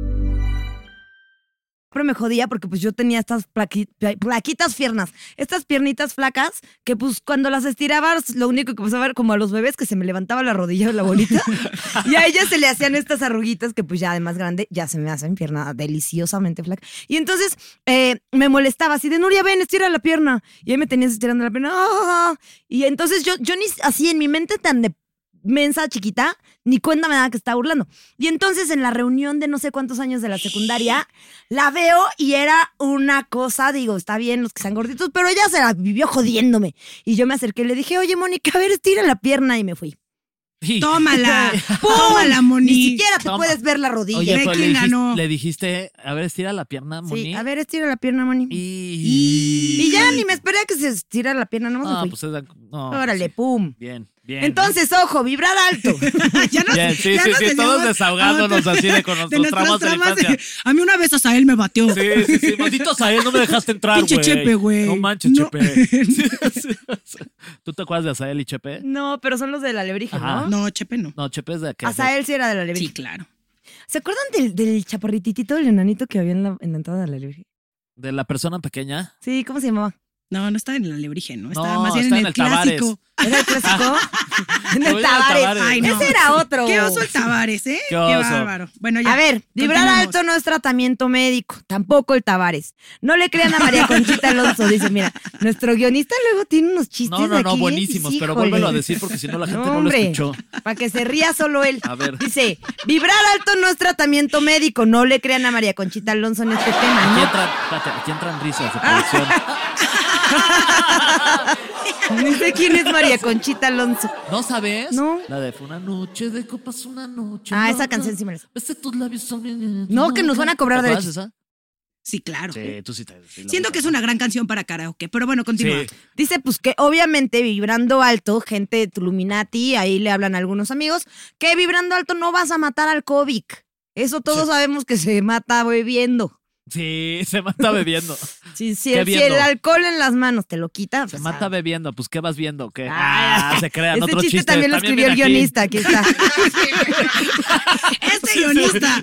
me jodía porque pues yo tenía estas plaqui- plaquitas fiernas, estas piernitas flacas que pues cuando las estirabas lo único que pasaba era como a los bebés que se me levantaba la rodilla de la bolita y a ellas se le hacían estas arruguitas que pues ya de más grande ya se me hacen pierna deliciosamente flaca. Y entonces eh, me molestaba así de Nuria, ven, estira la pierna. Y ahí me tenías estirando la pierna. ¡Ah! Y entonces yo, yo ni así en mi mente tan de mensa, chiquita, ni cuenta me daba que estaba burlando. Y entonces en la reunión de no sé cuántos años de la secundaria, la veo y era una cosa, digo, está bien los que sean gorditos, pero ella se la vivió jodiéndome. Y yo me acerqué y le dije, oye, Mónica, a ver, estira la pierna, y me fui. Sí. Tómala, ¡Pum! tómala, Moni. Ni siquiera te Toma. puedes ver la rodilla. Oye, Ve pero le quién dijiste, ganó. le dijiste, a ver, estira la pierna, Moni. Sí, a ver, estira la pierna, Moni. Y, Y ya ni me esperé a que se estirara la pierna, no me Ah, fui. pues es la- no, Órale, sí. pum. Bien, bien. Entonces, ojo, vibrar alto. ya nos, Bien, sí, ya sí, nos sí, teníamos todos desahogándonos a- así de con nuestros nuestras traumas de la tramas infancia. A mí una vez Azael me batió. Sí, sí, sí. Maldito Azael, no me dejaste entrar, güey. Pinche Chepe, güey. No manches, No. Chepe. Sí, sí, sí. ¿Tú te acuerdas de Azael y Chepe? No, pero son los del alebrije, Ajá. ¿no? No, Chepe no. No, Chepe es de acá. Azael sí era del alebrije. Sí, claro. ¿Se acuerdan del, del chaparrititito, del enanito que había en la, en la entrada del alebrije? De la persona pequeña. Sí, ¿cómo se llamaba? No, no está en el alebrije, ¿no? Está No, más bien está en en el, el Tavares. clásico. ¿Era el clásico? en Oye, el el Tavares. Tavares. Ay, no. Ese era otro. Qué oso el Tavares, ¿eh? Qué oso. bárbaro. Bueno, ya. A ver, vibrar continuemos. alto no es tratamiento médico, tampoco el Tavares. No le crean a María Conchita Alonso, dice, mira, nuestro guionista luego tiene unos chistes No, no, no, aquí, buenísimos, híjole. pero vuélvelo a decir porque si no la gente no, lo Hombre, escuchó. para que se ría solo él. A ver. Dice, vibrar alto no es tratamiento médico, no le crean a María Conchita Alonso en este tema. Aquí, ¿no? entran, espérate, aquí entran risas de producción. Ni sé quién es María Conchita Alonso. ¿No sabes? No. La de fue una noche de copas, una noche. Ah, esa loca. canción sí me la sé. Besé tus labios sobre... No, que nos van a cobrar ¿Te acuerdas derechos. de esa? Sí, claro. Sí, tú sí te... sí la Siento ubicas, que es ¿no? una gran canción para karaoke, pero bueno, continúa. Sí. Dice, pues que obviamente vibrando alto, gente de Tuluminati, ahí le hablan algunos amigos, que vibrando alto no vas a matar al COVID. Eso todos Sí. sabemos que se mata bebiendo. Sí, se mata bebiendo. Si, si, ¿Qué el, si viendo? el alcohol en las manos te lo quita. Se pues, mata ah, bebiendo. Pues, ¿qué vas viendo? ¿Qué? Ah, Ah, se crean ese otro chiste chiste. también lo escribió el viene aquí. guionista, aquí está. Este guionista.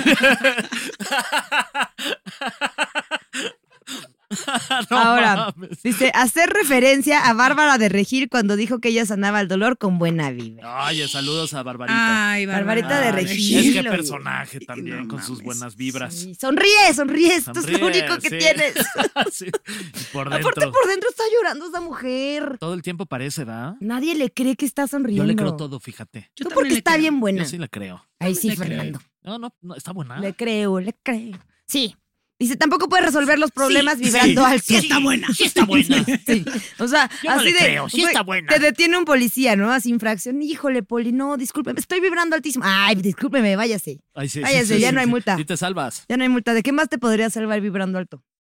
No Ahora, mames. Dice, hacer referencia a Bárbara de Regil cuando dijo que ella sanaba el dolor con buena vibra. Oye, saludos a Barbarita. Ay, Barbarita de Ay, Regil. Es que oye. personaje también, No con sus mames. buenas vibras. Sí, sonríe, sonríe, esto es lo Sonríe, único que sí. tienes. Sí. Y por dentro. Aparte por dentro está llorando esa mujer. Todo el tiempo parece, ¿verdad? Nadie le cree que está sonriendo. Yo le creo todo, fíjate. Yo Tú también porque le está creo. bien buena. Yo sí le creo. Ahí sí, le creo. Fernando. No, no, no, está buena. Le creo, le creo. Sí. Dice, tampoco puedes resolver los problemas vibrando sí, alto. Sí está buena. Sí está buena. Sí. O sea, Yo no así le de. creo, sí güey, está buena. Te detiene un policía, ¿no? Así infracción. Híjole, poli, no, discúlpeme, estoy vibrando altísimo. Ay, discúlpeme, váyase. Ay, sí, sí, Váyase, sí, ya sí, no hay sí. multa. Y te salvas. Ya no hay multa. ¿De qué más te podría salvar vibrando alto?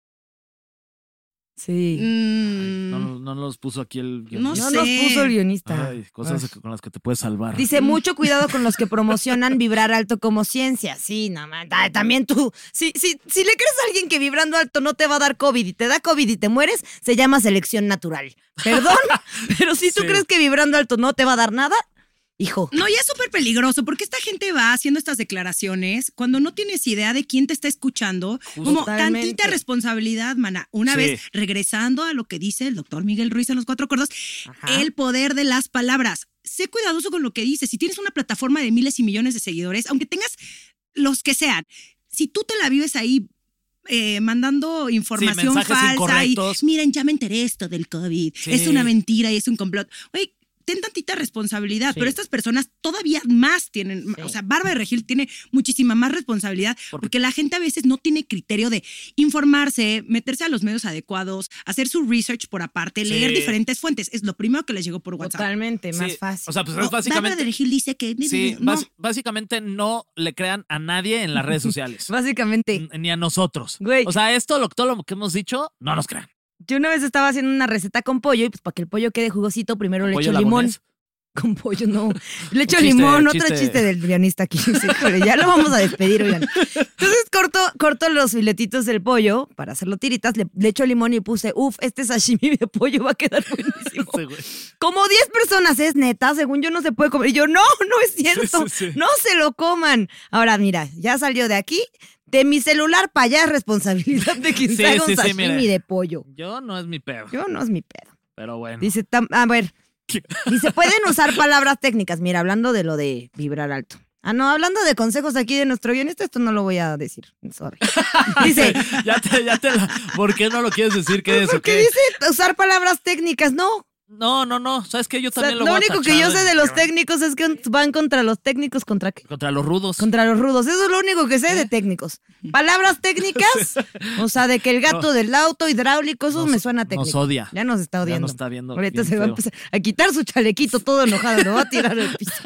Sí. Mm, No, no nos puso aquí el No guionista. No nos sé. puso el guionista. Ay, cosas con las que te puedes salvar. Dice, mucho cuidado con los que promocionan vibrar alto como ciencia. Sí, no, man, ay, también tú. Si, si, si le crees a alguien que vibrando alto no te va a dar COVID y te da COVID y te mueres, se llama selección natural. Perdón, pero si tú Sí. crees que vibrando alto no te va a dar nada, hijo. No, ya es súper peligroso porque esta gente va haciendo estas declaraciones cuando no tienes idea de quién te está escuchando. Como Totalmente. tantita responsabilidad, mana. Una Sí. vez, regresando a lo que dice el doctor Miguel Ruiz en Los Cuatro Acuerdos, Ajá. el poder de las palabras. Sé cuidadoso con lo que dices. Si tienes una plataforma de miles y millones de seguidores, aunque tengas los que sean, si tú te la vives ahí eh, mandando información mensajes falsa y incorrectos. miren, ya me enteré esto del COVID, Sí. es una mentira y es un complot. Oye, ten tantita responsabilidad, Sí. pero estas personas todavía más tienen, Sí. o sea, Bárbara de Regil tiene muchísima más responsabilidad Por- porque la gente a veces no tiene criterio de informarse, meterse a los medios adecuados, hacer su research por aparte, Sí. leer diferentes fuentes. Es lo primero que les llegó por WhatsApp. Totalmente, más Sí, fácil. O sea, pues O, es Bárbara de básicamente. Regil dice que Sí, no. bas- básicamente no le crean a nadie en las redes sociales. Básicamente. N- Ni a nosotros. Güey. O sea, esto, lo, todo lo que hemos dicho, no nos crean. Yo una vez estaba haciendo una receta con pollo y pues para que el pollo quede jugosito, primero le Pollo echo limón. lagunés. Con pollo, no. Le echo chiste, limón, chiste. otro chiste del guionista aquí. Sí, híjole, ya lo vamos a despedir, oigan. Entonces corto, corto los filetitos del pollo para hacerlo tiritas, le, le echo limón y puse, uff, este sashimi de pollo va a quedar buenísimo. Sí, güey. Como diez personas, es neta, según yo no se puede comer. Y yo, no, no es cierto, Sí, sí, sí. no se lo coman. Ahora, mira, ya salió de aquí. De mi celular para allá es responsabilidad de quien Sí, se haga un sí, sí, sashimi mire. de pollo. Yo no es mi pedo. Yo no es mi pedo. Pero bueno. Dice, tam- a ver, dice, pueden usar palabras técnicas. Mira, hablando de lo de vibrar alto. Ah, no, hablando de consejos aquí de nuestro guionista, esto no lo voy a decir. Sorry. Dice, ya te, ya te la- ¿Por qué no lo quieres decir? ¿Qué es o ¿por qué qué? dice usar palabras técnicas? No. No, no, no. ¿Sabes qué? Yo O sea, también lo lo voy a único que tachar yo sé en- de los técnicos es que van contra los técnicos, ¿contra qué? Contra los rudos. Contra los rudos. Eso es lo único que sé de técnicos. Palabras técnicas, o sea, de que el gato No. del auto hidráulico, eso Nos- me suena técnico. nos odia. Ya nos está Ya odiando. nos está viendo Ahorita bien se va a feo. empezar a quitar su chalequito todo enojado, lo va a tirar al piso.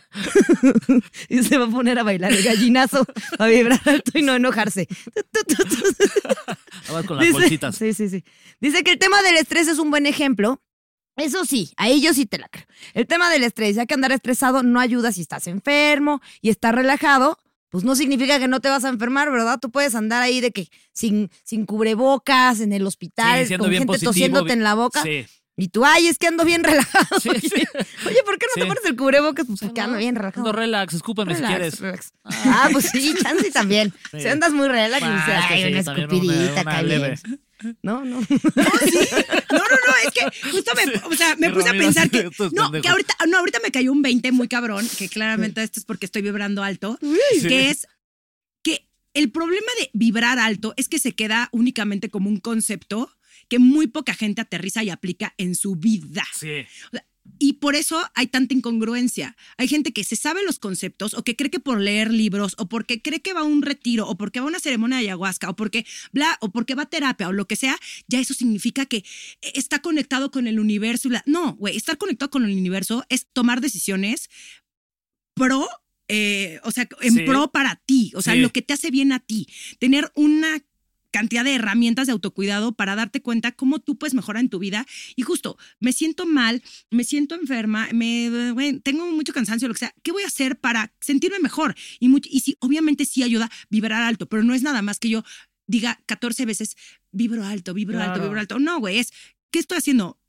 Y se va a poner a bailar el gallinazo, a vibrar alto y no enojarse. Vamos con las Dice- bolsitas. Sí, sí, sí. Dice que el tema del estrés es un buen ejemplo. Eso sí, ahí yo sí te la creo. El tema del estrés, ya que andar estresado no ayuda si estás enfermo y estás relajado, pues no significa que no te vas a enfermar, ¿verdad? Tú puedes andar ahí de que sin, sin cubrebocas en el hospital, Sí, siendo con bien gente positivo, tosiéndote bi- en la boca. Sí. Y tú, ay, es que ando bien relajado. Sí, Oye, sí. Oye, ¿por qué no te Sí. pones el cubrebocas? Pues Sí, porque no, ando bien relajado. Ando relax, escúpeme si Relax, quieres. relax. Ah, pues sí, chance también. Sí. Si andas muy relax, Ah, dices, es que ay, sí, una también escupidita, una- una cae leve. bien. No, no. No, sí. No, no, no, es que justo me, o sea, me Sí, puse a Ramiro, pensar que, estos no, pendejos. que ahorita, no, ahorita me cayó un veinte muy cabrón, que claramente esto es porque estoy vibrando alto, Sí. que es que el problema de vibrar alto es que se queda únicamente como un concepto que muy poca gente aterriza y aplica en su vida. Sí. Y por eso hay tanta incongruencia. Hay gente que se sabe los conceptos o que cree que por leer libros o porque cree que va a un retiro o porque va a una ceremonia de ayahuasca o porque bla o porque va a terapia o lo que sea, ya eso significa que está conectado con el universo. y bla. No, güey, estar conectado con el universo es tomar decisiones pro, eh, o sea, en Sí. pro para ti, o sea, Sí. lo que te hace bien a ti. Tener una cantidad de herramientas de autocuidado para darte cuenta cómo tú puedes mejorar en tu vida. Y justo, me siento mal, me siento enferma, me, güey, tengo mucho cansancio, lo que sea. ¿Qué voy a hacer para sentirme mejor? Y, much- y sí, obviamente sí ayuda vibrar alto, pero no es nada más que yo diga catorce veces, vibro alto, vibro alto, Claro. vibro alto. No, güey, es, ¿qué estoy haciendo?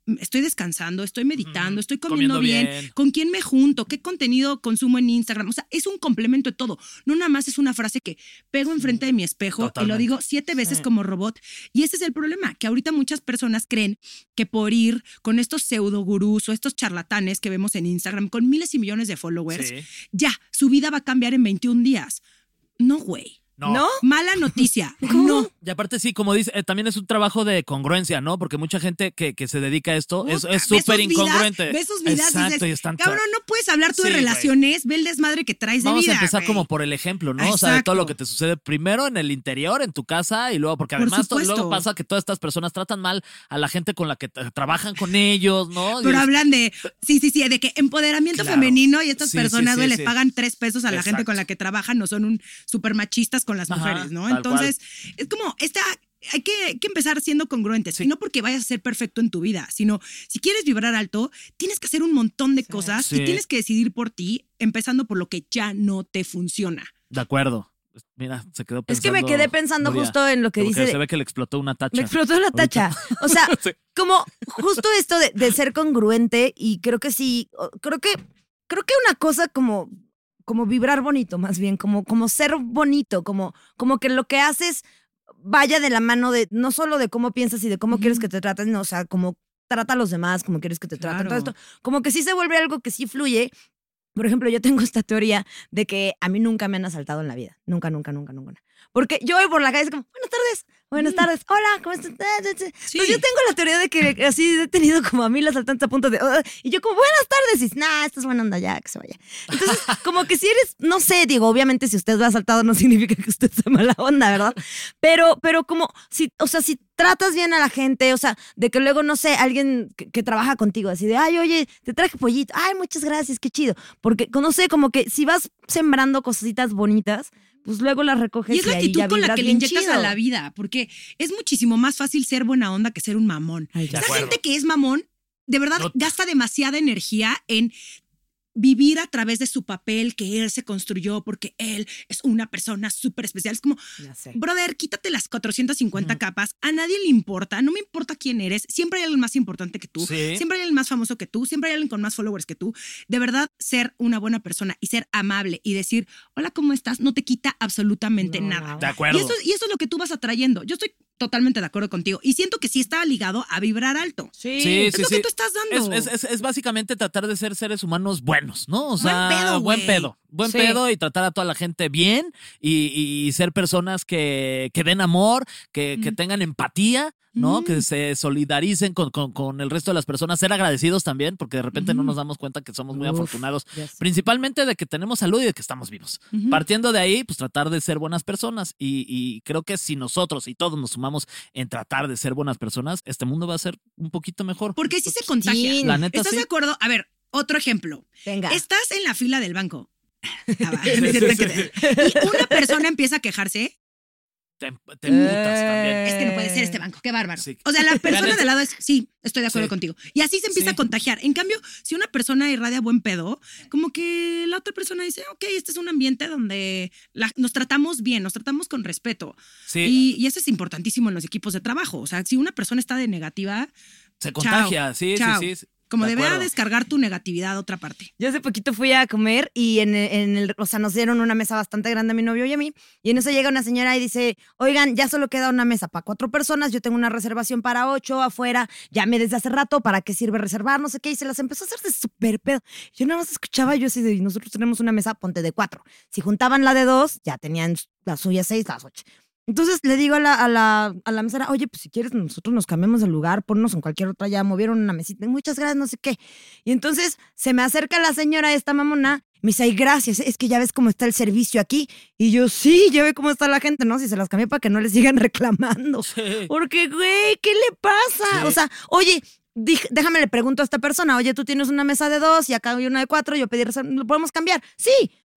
estoy descansando, estoy meditando, estoy comiendo, Comiendo bien, bien. con quién me junto, qué contenido consumo en Instagram. O sea, es un complemento de todo. No nada más es una frase que pego enfrente de mi espejo Totalmente. y lo digo siete veces Sí. como robot. Y ese es el problema, que ahorita muchas personas creen que por ir con estos pseudo gurús o estos charlatanes que vemos en Instagram con miles y millones de followers, Sí. ya, su vida va a cambiar en veintiún días. No, güey. No. ¿No? Mala noticia. No. Y aparte sí, como dice, eh, también es un trabajo de congruencia, ¿no? Porque mucha gente que, que se dedica a esto es Puta, es ves súper sus vidas, incongruente. Ves sus vidas y Exacto, dices, y están cabrón, no puedes hablar tú Sí, de güey. relaciones, ve el desmadre que traes de Vamos vida. a empezar güey. como por el ejemplo, ¿no? O sea, de Exacto. todo lo que te sucede primero en el interior, en tu casa, y luego, porque Por además to- supuesto. luego pasa que todas estas personas tratan mal a la gente con la que t- trabajan con ellos, ¿no? Y Pero es- hablan de, sí, sí, sí, de que empoderamiento Claro. femenino y estas Sí, personas, sí, güey, sí, les sí. pagan tres pesos a la gente Exacto. con la que trabajan, no son un súper machistas con las Ajá, mujeres, ¿no? tal Entonces, es como, esta, hay que, hay que empezar siendo congruentes. Sí. Y no porque vayas a ser perfecto en tu vida, sino si quieres vibrar alto, tienes que hacer un montón de cosas Sí. y tienes que decidir por ti, empezando por lo que ya no te funciona. De acuerdo. Mira, se quedó pensando. Es que me quedé pensando Nuria, justo en lo que como dice. se ve que le explotó una tacha. Me explotó la tacha. O sea, Sí. como justo esto de, de ser congruente y creo que sí, o- creo que, creo que una cosa como, como vibrar bonito, más bien, como, como ser bonito, como, como que lo que haces vaya de la mano de, no solo de cómo piensas y de cómo quieres que te traten, no, o sea, como trata a los demás, como quieres que te traten, todo Claro. esto, como que sí se vuelve algo que sí fluye. Por ejemplo, yo tengo esta teoría de que a mí nunca me han asaltado en la vida. Nunca, nunca, nunca, nunca. Porque yo voy por la calle y es como, buenas tardes, buenas tardes, hola, ¿cómo estás? Sí. Pues yo tengo la teoría de que así he tenido como a mil asaltantes a punto de, "Ah", y yo como, buenas tardes, y nah, esta es buena onda ya, que se vaya. Entonces, como que si eres, no sé, digo, obviamente si usted va asaltado no significa que usted sea mala onda, ¿verdad? Pero, pero como, si, o sea, si tratas bien a la gente, o sea, de que luego, no sé, alguien que, que trabaja contigo, así de, ay, oye, te traje pollito, ay, muchas gracias, qué chido. Porque, no sé, como que si vas sembrando cositas bonitas, pues luego las recoges Y es la ahí ya actitud con la vibras que le bien inyectas chido. a la vida, porque es muchísimo más fácil ser buena onda que ser un mamón. Ay, De Esa acuerdo. gente que es mamón, de verdad, No- gasta demasiada energía en vivir a través de su papel que él se construyó porque él es una persona súper especial. Es como, Ya sé. brother, quítate las cuatrocientas cincuenta capas. A nadie le importa. No me importa quién eres. Siempre hay alguien más importante que tú. Sí. Siempre hay alguien más famoso que tú. Siempre hay alguien con más followers que tú. De verdad, ser una buena persona y ser amable y decir, hola, ¿cómo estás? No te quita absolutamente No, nada. nada. De acuerdo. Y eso, y eso es lo que tú vas atrayendo. Yo estoy totalmente de acuerdo contigo. Y siento que sí está ligado a vibrar alto. Sí. Sí, Es sí, lo sí. que tú estás dando. Es, es, es, es básicamente tratar de ser seres humanos buenos, ¿no? O Buen sea, pedo, buen güey. pedo. Buen Sí. pedo y tratar a toda la gente bien y, y ser personas que, que den amor, que, que tengan empatía, ¿no? Mm. Que se solidaricen con, con, con el resto de las personas, ser agradecidos también, porque de repente no Ujú. nos damos cuenta que somos muy Uf, afortunados, ya sé. principalmente de que tenemos salud y de que estamos vivos. Ujú. Partiendo de ahí, pues tratar de ser buenas personas y, y creo que si nosotros y todos nos sumamos en tratar de ser buenas personas, este mundo va a ser un poquito mejor. Porque sí se contagia. Poquitín. La neta, ¿Estás sí. de acuerdo? A ver, otro ejemplo. Venga. Estás en la fila del banco. Ah, va. Sí, sí, sí. Y una persona empieza a quejarse. Te, te emputas también. Es que no puede ser este banco, qué bárbaro. Sí. O sea, la persona Vean, de al lado es, sí, estoy de acuerdo Sí. contigo. Y así se empieza Sí. a contagiar. En cambio, si una persona irradia buen pedo, como que la otra persona dice, ok, este es un ambiente donde la- nos tratamos bien, nos tratamos con respeto. Sí, Y, y eso es importantísimo en los equipos de trabajo. O sea, si una persona está de negativa, se contagia, chao, sí, chao. sí, sí. como De debería acuerdo. descargar tu negatividad a otra parte. Yo hace poquito fui a comer y en el, en el, o sea, nos dieron una mesa bastante grande a mi novio y a mí. Y en eso llega una señora y dice, oigan, ya solo queda una mesa para cuatro personas, yo tengo una reservación para ocho afuera, llamé desde hace rato, ¿para qué sirve reservar? No sé qué. Y se las empezó a hacer de súper pedo. Yo nada más escuchaba, yo así de, nosotros tenemos una mesa, ponte de cuatro. Si juntaban la de dos, ya tenían las suyas seis, las ocho. Entonces le digo a la, a la, a la mesera, oye, pues si quieres nosotros nos cambiamos de lugar, ponnos en cualquier otra, ya movieron una mesita, muchas gracias, no sé qué. Y entonces se me acerca la señora esta mamona, me dice, ay, gracias, es que ya ves cómo está el servicio aquí. Y yo, sí, ya ve cómo está la gente, ¿no? Si se las cambié para que no les sigan reclamando. Sí. Porque, güey, ¿qué le pasa? Sí. O sea, oye, dij- déjame le pregunto a esta persona, oye, tú tienes una mesa de dos y acá hay una de cuatro, yo pedí reserva, ¿lo podemos cambiar? Sí.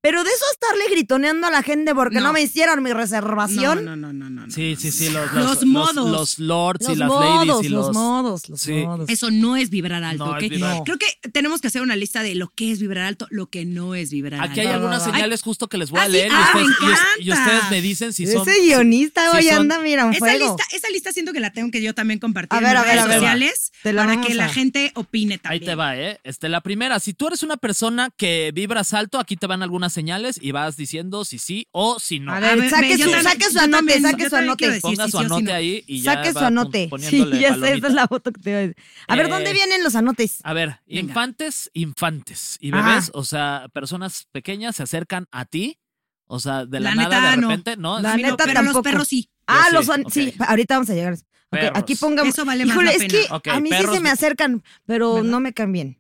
Pero de eso estarle gritoneando a la gente porque no, No. no me hicieron mi reservación. No, no, no, no, no. Sí, sí, sí. Los, Los los, modos. Los, los lords Los y las modos, ladies y los... los modos, los Sí. modos. Eso no es vibrar alto, No, ¿ok? es vibrar- Creo que tenemos que hacer una lista de lo que es vibrar alto, lo que no es vibrar Aquí hay alto. algunas va, va. señales justo que les voy a Ah, sí. leer y, Ah, ustedes, me y us- y encanta. ustedes me dicen si son... Ese guionista sí hoy son- anda, mira, un Esa fuego. lista, esa lista siento que la tengo que yo también compartir A ver, en a mis ver, redes a ver. sociales Te la para vamos que la a- gente opine Ahí también. te va, ¿eh? Este, la primera, si tú eres una persona que vibras alto, aquí te van algunas señales y vas diciendo si sí o si no. A ver, ver, saque, ve, yo su, también- saque su yo anote, también- saque yo su también anote. quiero decir Ponga sí, su sí o sí anote no. ahí y ya Saque su va anote. pon- Sí, poniéndole ya sé, esa palomita. es la foto que te iba a decir. A ver, Eh, ¿dónde vienen los anotes? A ver, Venga. infantes, infantes y Ajá. bebés, o sea, personas pequeñas se acercan a ti, o sea, de la, La nada, neta, de no. repente, ¿no? La A mí no, neta pero los tampoco. perros sí. Ah, sí, los an- ok. sí, ahorita vamos a llegar. Ok, Perros. aquí pongamos. Eso vale más Híjole, la es pena. que Ok, a mí sí perros se me de- acercan, pero ¿Verdad? no me caen bien.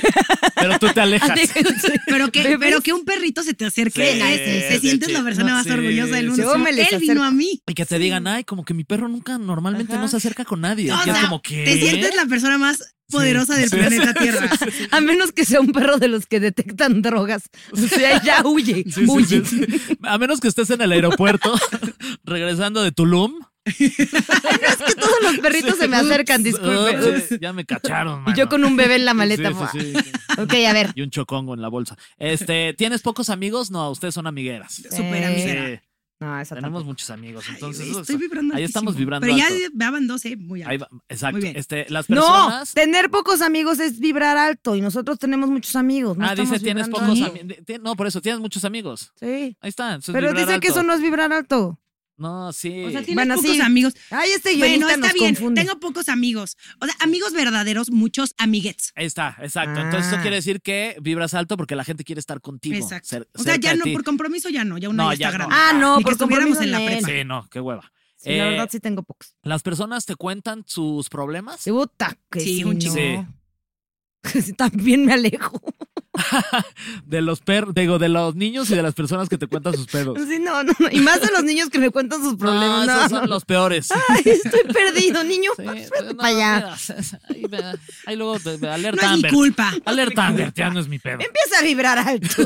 Pero tú te alejas. Pero que, ¿Bebés? pero que un perrito se te acerque, Sí, es- te sí, sientes sí. la persona No, más sí, orgullosa del sí. mundo. Yo me les Él vino acerco. a mí. Y que te digan, ay, como que mi perro nunca normalmente Ajá. no se acerca con nadie. O Y es sea, como que... te sientes la persona más poderosa del Sí. planeta Tierra. A menos que sea un perro de los que detectan drogas. O sea, ya huye, Sí, sí, huye. sí, sí. A menos que estés en el aeropuerto regresando de Tulum. Es que todos los perritos se me acercan, disculpe. Ups, sí, ya me cacharon, Y yo mano. con un bebé en la maleta. Sí, sí, sí. Ok, a ver. Y un chocongo en la bolsa. Este, ¿tienes pocos amigos? No, ustedes son amigueras. Súper amiguera. Sí, No, esa tenemos tampoco. muchos amigos. Ay, Entonces, güey, eso estoy está- vibrando ahí altísimo. estamos vibrando Pero ya alto. daban dos, ¿eh? Muy Ahí alto. va, exacto. Muy bien. Este, las No, personas. tener pocos amigos es vibrar alto y nosotros tenemos muchos amigos. No ah, dice, estamos tienes vibrando pocos alto. amigos. No, por eso, tienes muchos amigos. Sí. Ahí está. eso es Pero vibrar dice que alto. eso no es vibrar alto. No, sí. O sea, tienes Bueno, pocos sí. amigos. Ay, este Bueno, guionista está nos bien. confunde. Tengo pocos amigos. O sea, amigos verdaderos, muchos amiguets. Ahí está, exacto. Entonces eso Ah. quiere decir que vibras alto porque la gente quiere estar contigo. Exacto. cer- O sea, cerca ya de no, ti. por compromiso ya no. Ya uno No, ya ya está no. grande. Ah, no, Ni que por estuviéramos compromiso en la no es. prepa. Sí, no, qué hueva. Sí, la Eh, verdad sí tengo pocos. Las personas te cuentan sus problemas. Sí, puta, que Sí, sí, un no. chingo. Sí, también me alejo. De los perros, digo, de los niños y de las personas que te cuentan sus pedos. Sí, no, no, no. Y más de los niños que me cuentan sus problemas. No, No, esos no, son no. los peores. Ay, estoy perdido, niño. Sí, Vete no, para allá. mira, ahí, ve- ahí luego te- te- No alerta es mi Amber. culpa. Alerta Amber, ya no es mi pedo. Empieza a vibrar alto.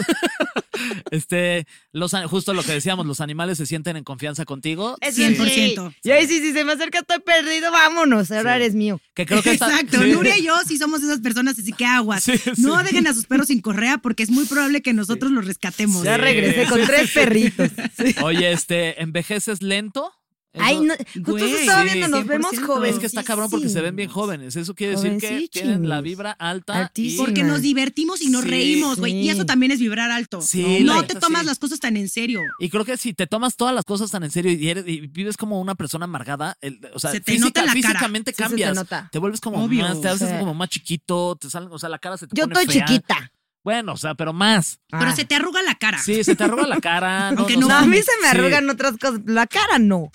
Este, los, an- justo lo que decíamos, los animales se sienten en confianza contigo. Eso cien sí. por ciento. Y ahí sí, si se me acerca, estoy perdido, vámonos. Ahora Sí. eres mío. Que creo que está- Exacto. sí. Nuria y yo sí somos esas personas, así que aguas. Sí, sí. No dejen a sus perros sin correa porque es muy probable que nosotros los rescatemos. Ya regresé con tres perritos. Oye, este, ¿envejeces lento? Eso- Ay, no, justo Güey, eso estaba sí, viendo, nos cien por vemos ciento. jóvenes. Es que está cabrón porque se ven bien jóvenes. Eso quiere decir que Jovencísimos. tienen la vibra alta. y- Altísima. Porque nos divertimos y nos Sí, reímos, güey. sí. Y eso también es vibrar alto. Sí, no la te neta, tomas sí. las cosas tan en serio. Y creo que si te tomas todas las cosas tan en serio y, eres- y vives como una persona amargada, el- o sea, Se te física- nota en la cara. físicamente Sí, se te cambias. nota. Te vuelves como Obvio. más, te haces Sí. como más chiquito, te salen, o sea, la cara se te Yo pone estoy fea. chiquita. Bueno, o sea, pero más. Pero Ah. se te arruga la cara. Sí, se te arruga la cara. No, Aunque no, no No, sé. a mí se me Sí. arrugan otras cosas. La cara no.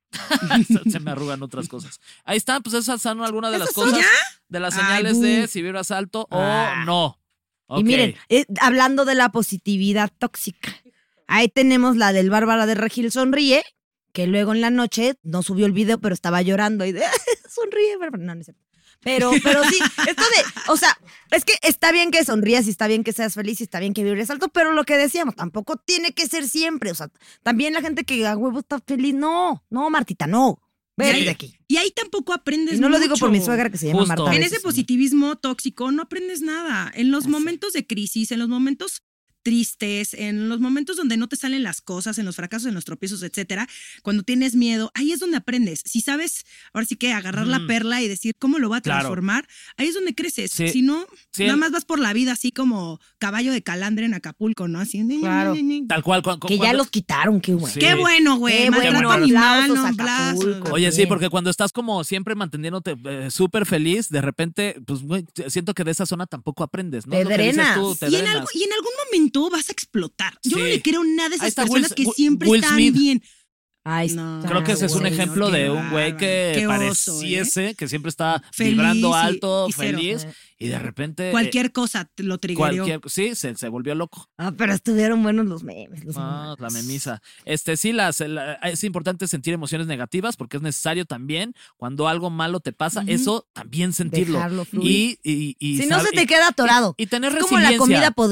se, se me arrugan otras cosas. Ahí están, pues esas son algunas de las ¿Esas son cosas, ya? de las Ay, señales bu. de si vibras alto Ah. o no. Y Ok. miren, eh, hablando de la positividad tóxica, ahí tenemos la del Bárbara de Regil Sonríe, que luego en la noche no subió el video, pero estaba llorando y de, sonríe, Bárbara. No, no es cierto. Pero, pero sí, esto de, o sea, es que está bien que sonrías y está bien que seas feliz y está bien que vibres alto, pero lo que decíamos, tampoco tiene que ser siempre. O sea, también la gente que a huevo está feliz, no, no, Martita, no. Vete Sí. de aquí. Y ahí tampoco aprendes Y no lo digo por mi mucho. suegra que se llama Justo. Marta. En Besos. ese positivismo tóxico no aprendes nada. En los Así. momentos de crisis, en los momentos tristes, en los momentos donde no te salen las cosas, en los fracasos, en los tropiezos, etcétera, cuando tienes miedo, ahí es donde aprendes. Si sabes, ahora sí que agarrar la Mm. perla y decir cómo lo va a Claro. transformar, ahí es donde creces. Sí. Si no, Sí, nada el- más vas por la vida así como caballo de calandre en Acapulco, ¿no? Así. Claro. Tal cual. cu- cu- Que ya cuando- los quitaron, qué bueno. Sí. Qué bueno, güey. Qué Maltrato bueno, animal, aplausos, no, Acapulco. aplausos. Oye, sí, Bien. porque cuando estás como siempre manteniéndote eh, súper feliz, de repente, pues, güey, siento que de esa zona tampoco aprendes, ¿no? Te Lo que dices drenas. tú, te Y en, drenas. algo- y en algún momento vas a explotar. Yo no Sí. le creo nada a Ahí esas está personas Will- que Will- siempre Will están Smith. Ay, bien. está, Creo que ese es un güey. ejemplo qué de un güey que bárbaro. Qué oso, pareciese que siempre está Feliz vibrando y- alto, y cero. feliz, y de repente... eh, Cualquier cosa te lo triggerió. cualquier Sí, se, se volvió loco. Ah, pero estuvieron buenos los memes. Los Ah, la memes. memisa. Este, sí, las, la- es importante sentir emociones negativas porque es necesario también, cuando algo malo te pasa, Ujú. eso también sentirlo. Dejarlo fluir. Y, y, y Si no sab- se te y- queda atorado. Y, y tener Es como resiliencia. la comida podrida.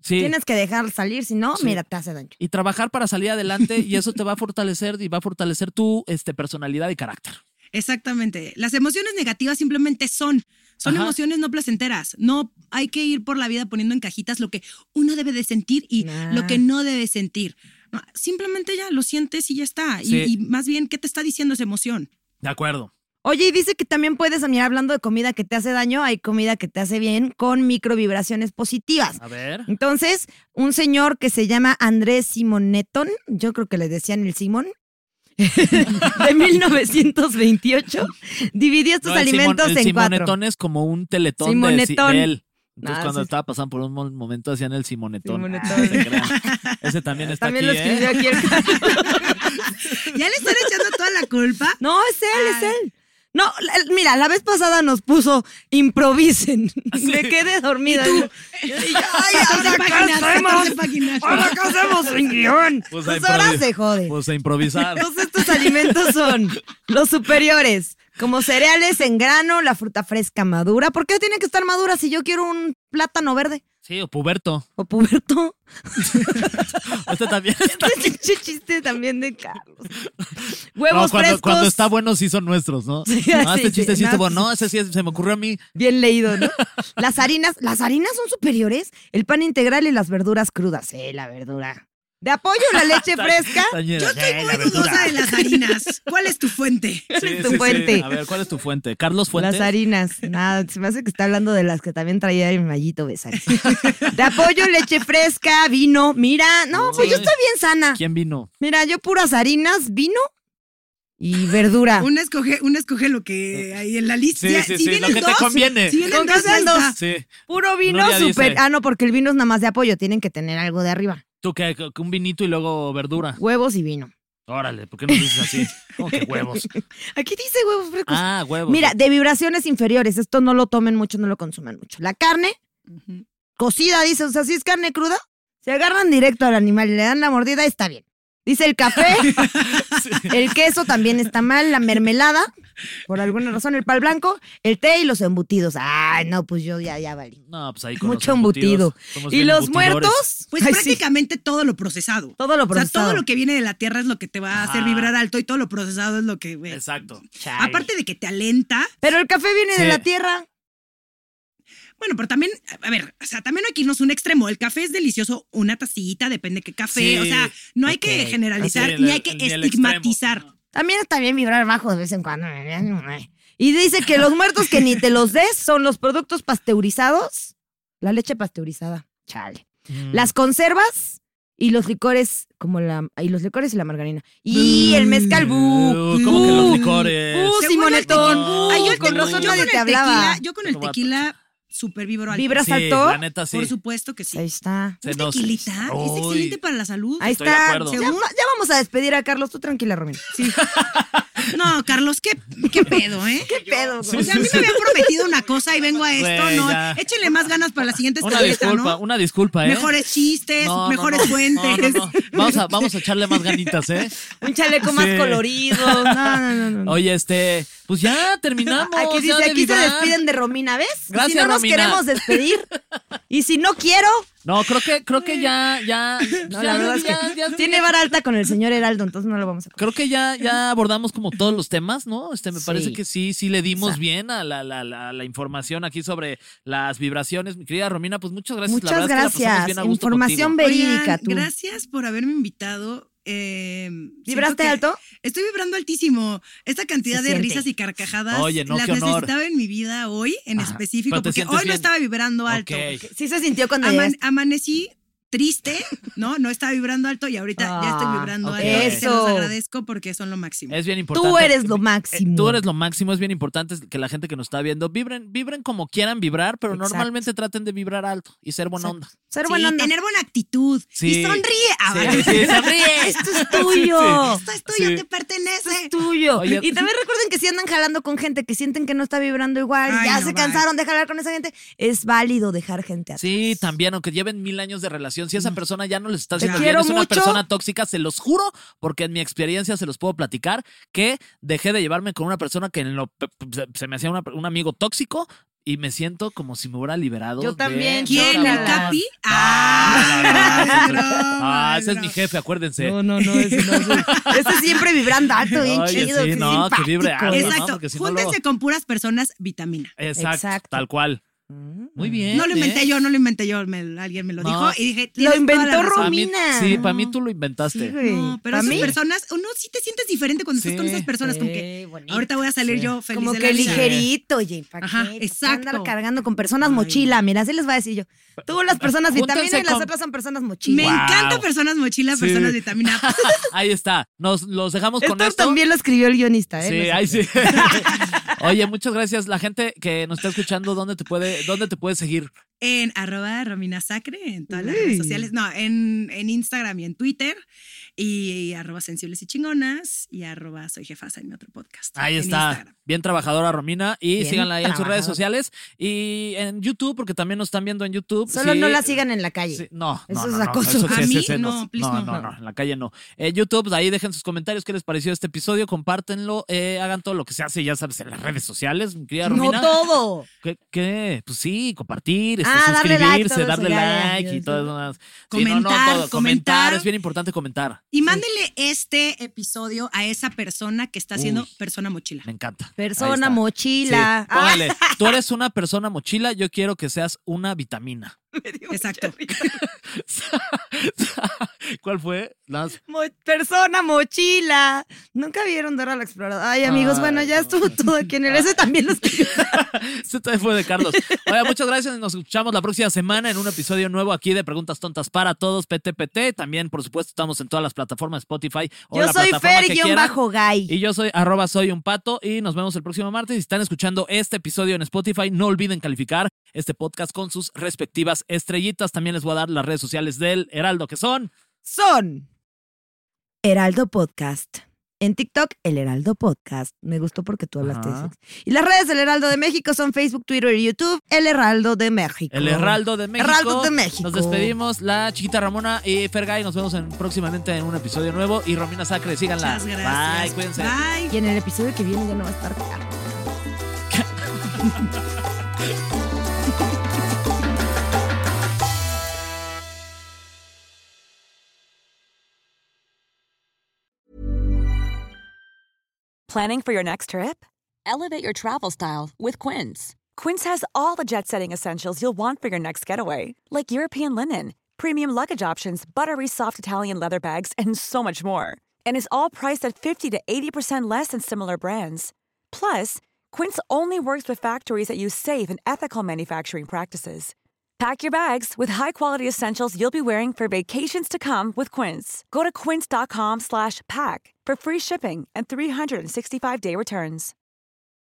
Sí. Tienes que dejar salir, si no, Sí. mira, te hace daño. Y trabajar para salir adelante y eso te va a fortalecer y va a fortalecer tu este, personalidad y carácter. Exactamente. Las emociones negativas simplemente son. Son Ajá. emociones no placenteras. No hay que ir por la vida poniendo en cajitas lo que uno debe de sentir y Nah. lo que no debe sentir. No, simplemente ya lo sientes y ya está. Sí. Y, y más bien, ¿qué te está diciendo esa emoción? De acuerdo. Oye, y dice que también puedes, mira, hablando de comida que te hace daño, hay comida que te hace bien con microvibraciones positivas. A ver. Entonces, un señor que se llama Andrés Simoneton, yo creo que le decían el Simón, de mil novecientos veintiocho, dividió estos No, el alimentos Simon- el en cuatro. Simonetón es como un teletón de, Simonetón. de él. Entonces, Ah, cuando sí. estaba pasando por un mo- momento, hacían el Simonetón. Simonetón. Ah, no se crean. Ese también está También aquí, lo escribió ¿eh? aquí el ¿Ya le están echando toda la culpa? No, es él, es Ay. él. No, la- mira, la vez pasada nos puso improvisen. Me quedé dormida. ¿Y tú? Y yo, ay, catorce ¿ahora qué páginas, hacemos? catorce páginas. ¿Ahora qué hacemos sin guión? Pues Pues, a ahora improvi- se jode. Pues a improvisar. Entonces estos alimentos son los superiores, como cereales en grano, la fruta fresca madura. ¿Por qué tiene que estar madura si yo quiero un plátano verde? Sí, o puberto. O puberto. Este también está. Este pinche chiste también de Carlos. Huevos No, cuando, frescos. cuando está bueno sí son nuestros, ¿no? Sí, no, sí, este chiste sí, sí no, estuvo. sí. No, ese sí se me ocurrió a mí. Bien leído, ¿no? Las harinas, las harinas son superiores. El pan integral y las verduras crudas. Eh, la verdura. De apoyo, la leche fresca. Yo estoy muy dudosa de las harinas. ¿Cuál es tu fuente? Sí, tu sí, fuente? sí. A ver, ¿cuál es tu fuente? ¿Carlos Fuentes? Las harinas. Nada, se me hace que está hablando de las que también traía el mallito Besares. De apoyo, leche fresca, vino. Mira, no, pues yo estoy bien sana. ¿Quién vino? Mira, yo puras harinas, vino y verdura. Una escoge, una escoge lo que hay en la lista. Sí, Ya, sí, si sí, vienen lo que te dos, conviene. Si vienen ¿Con qué dos, sean ya dos? está. Sí. Puro vino Nuria super. dice- Ah, no, porque el vino es nada más de apoyo. Tienen que tener algo de arriba. ¿Tú qué? Un vinito y luego verdura. Huevos y vino. Órale, ¿por qué no dices así? ¿Cómo que huevos? Aquí dice huevos frescos. Ah, huevos. Mira, de vibraciones inferiores. Esto no lo tomen mucho, no lo consumen mucho. La carne, Ujú. cocida, dice. O sea, si es carne cruda, se agarran directo al animal y le dan la mordida, está bien. Dice el café, el queso también está mal, la mermelada, por alguna razón, el pan blanco, el té y los embutidos. Ay, no, pues yo ya, ya valí. No, pues ahí con Mucho los embutidos, embutido. somos ¿Y bien los embutidores. muertos? Pues Ay, sí, prácticamente todo lo procesado. todo lo O sea, procesado. todo lo que viene de la tierra es lo que te va a hacer Ajá. vibrar alto y todo lo procesado es lo que... eh, Exacto. Chale. aparte de que te alenta, Pero el café viene Sí. de la tierra. bueno, pero también, a ver, o sea, también no hay que irnos a un extremo. El café es delicioso, una tacita, depende qué café. Sí. O sea, no hay Ok. que generalizar Sí, el- ni hay que el- ni el estigmatizar. extremo. También está bien vibrar bajo de vez en cuando. Y dice que los muertos que ni te los des son los productos pasteurizados, la leche pasteurizada, chale. Mm. Las conservas y los licores, como la y los licores y la margarina. Y el mezcal, bu. Uh, ¿Cómo que los licores? Uh, Según Simonetón. el tequila- Ay, yo el con tequila- razón yo nadie con te el hablaba. tequila- Yo con el Lo voy a tequila super vibro alto. ¿Vibras Sí, alto? la neta sí. Por supuesto que sí. Ahí está. Se Un nos- tequilita es Uy. excelente para la salud. Ahí Estoy de está. acuerdo. Ya, Según- va- ya vamos a despedir a Carlos. Tú tranquila, Romina. Sí. No, Carlos, ¿qué, qué pedo, eh? ¿Qué pedo? O sea, a mí me habían prometido una cosa y vengo a esto, Güey, no. ya. Échenle más ganas para la siguiente Una escaleta, disculpa, ¿no? una disculpa, ¿eh? Mejores chistes, No, no, mejores no. fuentes. No, no, no. Vamos a, vamos a echarle más ganitas, ¿eh? Un chaleco más Sí. colorido. No, no, no, no. Oye, este, pues ya terminamos. Aquí ya dice, de aquí se vibrar. despiden de Romina, ¿ves? Gracias, si no nos Romina. queremos despedir. Y si no quiero, No, creo que, creo que ya, ya, no, ya, la verdad es ya, que ya- tiene vara alta con el señor Heraldo, entonces no lo vamos a comer. Creo que ya, ya abordamos como todos los temas, ¿no? Este, me Sí. parece que sí, sí le dimos Exacto. bien a la, la, la, la información aquí sobre las vibraciones. Mi querida Romina, pues muchas gracias. Muchas la verdad es que la pasamos gracias. bien a gusto Información contigo. verídica, Oigan, tú. gracias por haberme invitado. Eh, ¿Vibraste siento que alto? Estoy vibrando altísimo. Esta cantidad Se de siente. risas y carcajadas Oye, no, las qué honor. necesitaba en mi vida hoy en Ajá. específico, Pero te porque sientes hoy no bien. estaba vibrando alto. Ok. Sí se sintió cuando Aman- llegaste. amanecí triste, ¿no? No estaba vibrando alto y ahorita ya estoy Ah, vibrando ok. alto. Y se los Eso. agradezco porque son lo máximo. Es bien importante. Tú eres lo Eh, máximo. Tú eres lo máximo, es bien importante que la gente que nos está viendo vibren, vibren como quieran vibrar, pero Exacto. normalmente traten de vibrar alto y ser buena onda. Ser Sí, buena onda. tener buena actitud. Sí. Y sonríe. Ah, Sí, vale. sí, sonríe. Esto es tuyo. Esto es tuyo, Sí. te pertenece. Es tuyo. Oye, y también recuerden que si andan jalando con gente que sienten que no está vibrando igual y Ay, ya no, se bye. cansaron de jalar con esa gente, es válido dejar gente atrás. Sí, también, aunque lleven mil años de relación, si esa persona ya no les está Te haciendo quiero bien, es una mucho. persona tóxica, se los juro, porque en mi experiencia se los puedo platicar, que dejé de llevarme con una persona que en lo, se- se me hacía una- un amigo tóxico y me siento como si me hubiera liberado. Yo también. de- ¿Quién? ¿El Chócala. Capi? Ah, ¡Ah! no, no, no, no. Ah, ese es no. mi jefe, acuérdense. No, no, no, ese no. Ese, ese siempre vibrando alto, bien Oye, chido. sí, qué no, que vibre simpático. alto, ¿no? Exacto. Porque si no Júntense luego- con puras personas vitamina. Exacto, Exacto. tal cual. Muy bien. No lo inventé ¿eh? yo, no lo inventé yo. me- alguien me lo No. dijo y dije, Lo "Tienes toda inventó la razón". Pa' mí- Romina. sí, No. para mí tú lo inventaste. Sí, güey. No, pero ¿Pa' esas mí? personas, uno sí te sientes diferente cuando Sí. estás con esas personas, como que Sí, bonito. ahorita voy a salir Sí. yo feliz Como de que la vida. ligerito, oye. ¿Para Ajá, qué? ¿Para qué exacto. andar cargando con personas Ay. mochila? Mira, así les voy a decir yo. Tú las personas Júntense vitamina y las con- otras son personas Me mochila. Wow. encanta personas mochilas, Sí. personas vitamina. Ahí está. Nos los dejamos con Esto esto. también lo escribió el guionista, ¿eh? Sí, No sé ahí qué. sí. Oye, muchas gracias. La gente que nos está escuchando, ¿dónde te puede, dónde te puede seguir? En arroba Romina Sacre, en todas las Uy. redes sociales. No, en, en Instagram y en Twitter. Y, arroba sensibles y chingonas. Y arroba soy jefasa en mi otro podcast. Ahí en está. Instagram. Bien trabajadora Romina. Y Bien síganla ahí en sus redes trabajadora. sociales. Y en YouTube, porque también nos están viendo en YouTube. Solo Sí. no la sigan en la calle. Sí, no, Eso no, es no, no, acoso. eso sí ¿A es mí? ese, No, please, no, no. no, no, en la calle no. En YouTube, pues, ahí dejen sus comentarios, qué les pareció este episodio, compártenlo, eh, hagan todo lo que se hace, ya sabes, en las redes sociales, mi querida No Romina. todo. ¿Qué, qué? Pues sí, compartir, este, Ah, darle like, suscribirse, todo eso, darle ya, ya, like ya, y ya. todo eso. más. Sí, Comentar, no, no, todo. comentar. comentar. Es bien importante comentar. Y mándele este episodio a esa persona que está haciendo Uy. persona mochila. Me encanta. Ahí Persona está. mochila. Sí, póngale, tú eres una persona mochila, yo quiero que seas una vitamina. Exacto. ¿Cuál fue? Las... Mo- persona mochila. Nunca vieron Dora la Exploradora. Ay, amigos, Ay, bueno, ya no. estuvo todo aquí en el. Ese también lo escribió. Este también fue de Carlos. Oiga, muchas gracias. Nos escuchamos la próxima semana en un episodio nuevo aquí de Preguntas Tontas para Todos, P T P T. También, por supuesto, estamos en todas las plataformas Spotify o Yo la soy plataforma que quieran. Fer-Gay. Y yo soy arroba soy un pato y nos vemos el próximo martes. Si están escuchando este episodio en Spotify, no olviden calificar este podcast con sus respectivas estrellitas. También les voy a dar las redes sociales del Heraldo, que son... Son Heraldo Podcast. En TikTok, El Heraldo Podcast. Me gustó porque tú hablaste Ajá. de sexo. Y las redes del Heraldo de México son Facebook, Twitter y YouTube. El Heraldo de México. El Heraldo de México. Heraldo de México. Nos despedimos. La chiquita Ramona y Fergay. Nos vemos en, próximamente en un episodio nuevo. Y Romina Sacre, síganla. Muchas gracias. Bye, cuídense. Bye. Y en el episodio que viene ya no va a estar claro. Planning for your next trip? Elevate your travel style with Quince. Quince has all the jet-setting essentials you'll want for your next getaway, like European linen, premium luggage options, buttery soft Italian leather bags, and so much more. And is all priced at fifty to eighty percent less than similar brands. Plus, Quince only works with factories that use safe and ethical manufacturing practices. Pack your bags with high-quality essentials you'll be wearing for vacations to come with Quince. Go to quince.com slash pack for free shipping and three sixty-five day returns.